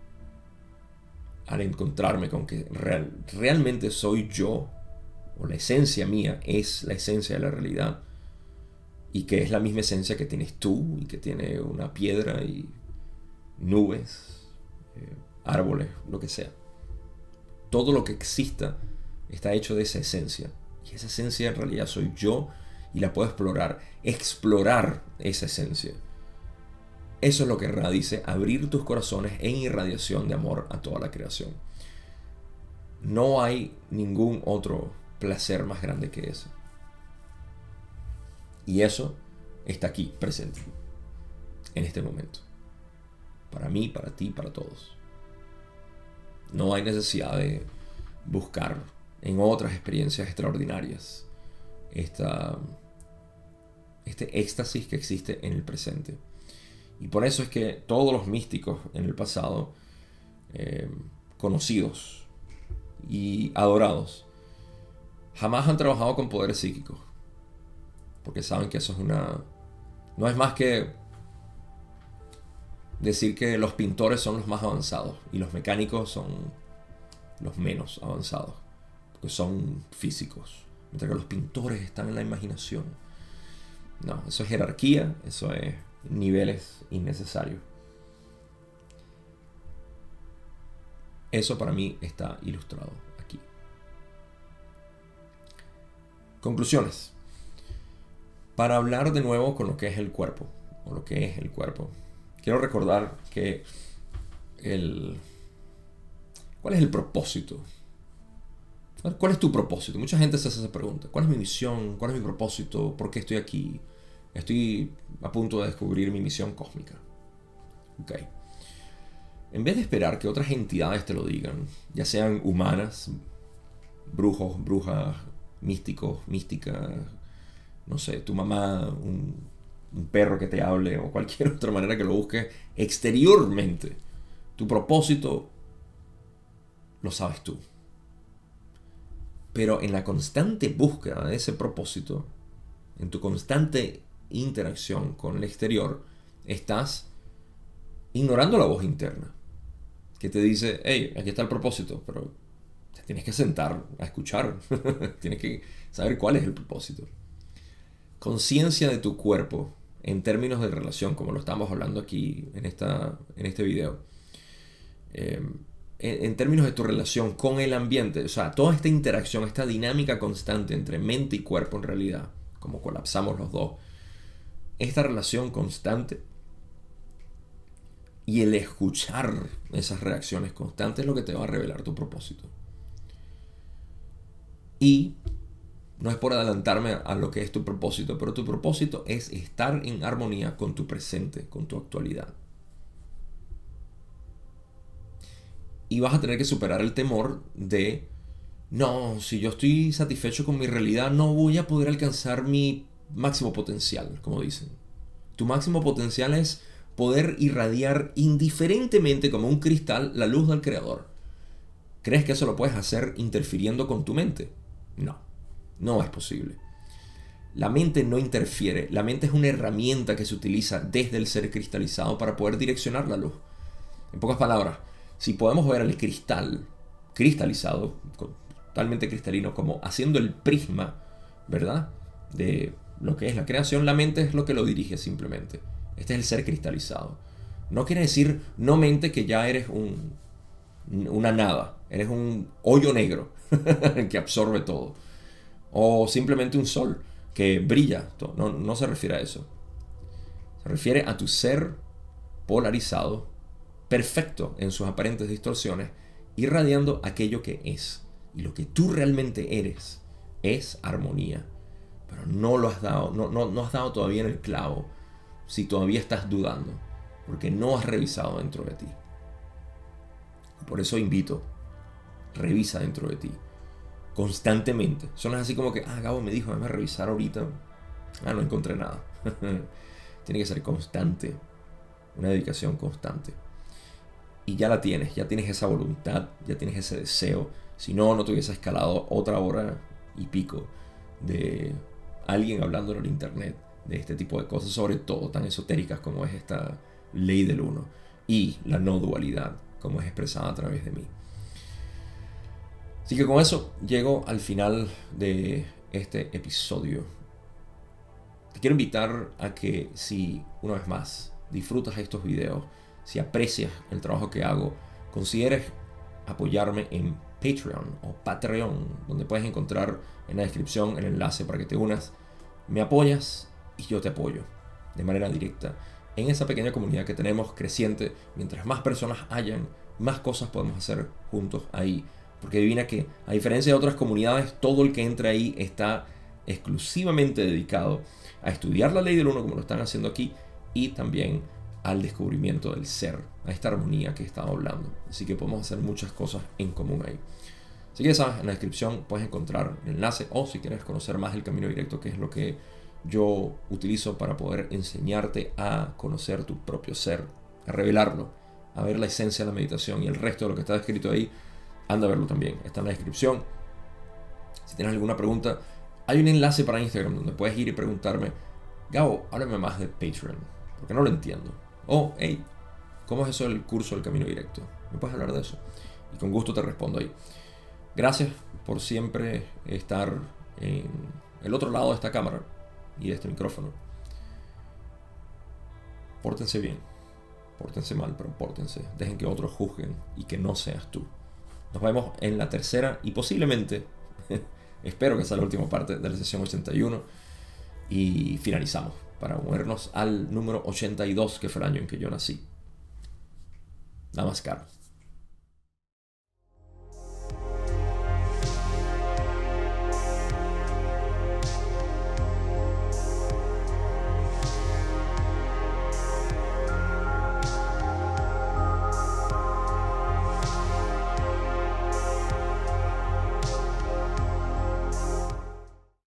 Al encontrarme con que realmente soy yo, o la esencia mía es la esencia de la realidad, y que es la misma esencia que tienes tú, y que tiene una piedra y nubes, árboles, lo que sea. Todo lo que exista está hecho de esa esencia. Y esa esencia en realidad soy yo y la puedo explorar esa esencia. Eso es lo que Ra dice, abrir tus corazones en irradiación de amor a toda la creación. No hay ningún otro placer más grande que ese. Y eso está aquí, presente, en este momento. Para mí, para ti, para todos. No hay necesidad de buscar en otras experiencias extraordinarias este éxtasis que existe en el presente. Y por eso es que todos los místicos en el pasado, conocidos y adorados, jamás han trabajado con poderes psíquicos. Porque saben que eso es no es más que decir que los pintores son los más avanzados y los mecánicos son los menos avanzados, porque son físicos, mientras que los pintores están en la imaginación. No, eso es jerarquía, eso es niveles innecesarios. Eso para mí está ilustrado aquí. Conclusiones. Para hablar de nuevo con lo que es el cuerpo, o lo que es el cuerpo, quiero recordar que ¿cuál es el propósito? ¿Cuál es tu propósito? Mucha gente se hace esa pregunta. ¿Cuál es mi misión? ¿Cuál es mi propósito? ¿Por qué estoy aquí? Estoy a punto de descubrir mi misión cósmica. Ok. En vez de esperar que otras entidades te lo digan, ya sean humanas, brujos, brujas, místicos, místicas, no sé, tu mamá, un perro que te hable o cualquier otra manera que lo busques exteriormente, tu propósito lo sabes tú. Pero en la constante búsqueda de ese propósito, en tu constante interacción con el exterior, estás ignorando la voz interna que te dice, hey, aquí está el propósito, pero te tienes que sentar a escuchar. Tienes que saber cuál es el propósito. Conciencia de tu cuerpo en términos de relación, como lo estamos hablando aquí en este video. En términos de tu relación con el ambiente, o sea, toda esta interacción, esta dinámica constante entre mente y cuerpo en realidad, como colapsamos los dos, esta relación constante y el escuchar esas reacciones constantes es lo que te va a revelar tu propósito. Y no es por adelantarme a lo que es tu propósito, pero tu propósito es estar en armonía con tu presente, con tu actualidad. Y vas a tener que superar el temor de, no, si yo estoy satisfecho con mi realidad, no voy a poder alcanzar mi máximo potencial, como dicen. Tu máximo potencial es poder irradiar indiferentemente como un cristal la luz del Creador. ¿Crees que eso lo puedes hacer interfiriendo con tu mente? No, no es posible. La mente no interfiere, la mente es una herramienta que se utiliza desde el ser cristalizado para poder direccionar la luz. En pocas palabras, si podemos ver el cristal cristalizado, totalmente cristalino, como haciendo el prisma, ¿verdad?, de lo que es la creación, la mente es lo que lo dirige simplemente. Este es el ser cristalizado. No quiere decir, no mente, que ya eres una nada, eres un hoyo negro que absorbe todo. O simplemente un sol que brilla. No se refiere a eso. Se refiere a tu ser polarizado, perfecto en sus aparentes distorsiones, irradiando aquello que es. Y lo que tú realmente eres es armonía. Pero no lo has dado, no has dado todavía en el clavo si todavía estás dudando, porque no has revisado dentro de ti. Por eso invito, revisa dentro de ti constantemente. Son así como que, Gabo me dijo, déjame revisar ahorita. No encontré nada. Tiene que ser constante, una dedicación constante. Y ya la tienes, ya tienes esa voluntad, ya tienes ese deseo. Si no, no te hubiese escalado otra hora y pico de alguien hablando en el internet de este tipo de cosas, sobre todo tan esotéricas como es esta ley del uno y la no dualidad, como es expresada a través de mí. Así que con eso llego al final de este episodio. Te quiero invitar a que, si una vez más disfrutas estos videos, si aprecias el trabajo que hago, consideres apoyarme en Patreon o Patreon, donde puedes encontrar en la descripción el enlace para que te unas. Me apoyas y yo te apoyo de manera directa en esa pequeña comunidad que tenemos creciente. Mientras más personas hayan, más cosas podemos hacer juntos ahí. Porque adivina que, a diferencia de otras comunidades, todo el que entra ahí está exclusivamente dedicado a estudiar la ley del uno, como lo están haciendo aquí, y también al descubrimiento del ser, a esta armonía que he estado hablando. Así que podemos hacer muchas cosas en común ahí. Así que sabes, en la descripción puedes encontrar el enlace, o si quieres conocer más el camino directo, que es lo que yo utilizo para poder enseñarte a conocer tu propio ser, a revelarlo, a ver la esencia de la meditación y el resto de lo que está escrito ahí. Anda a verlo también, está en la descripción. Si tienes alguna pregunta, hay un enlace para Instagram donde puedes ir y preguntarme, Gabo, háblame más de Patreon, porque no lo entiendo. O, hey, ¿cómo es eso del curso del camino directo? ¿Me puedes hablar de eso? Y con gusto te respondo ahí. Gracias por siempre estar en el otro lado de esta cámara y de este micrófono. Pórtense bien, pórtense mal, pero pórtense. Dejen que otros juzguen y que no seas tú. Nos vemos en la tercera y posiblemente, espero que sea la última parte de la sesión 81, y finalizamos para movernos al número 82, que fue el año en que yo nací. Namaskar.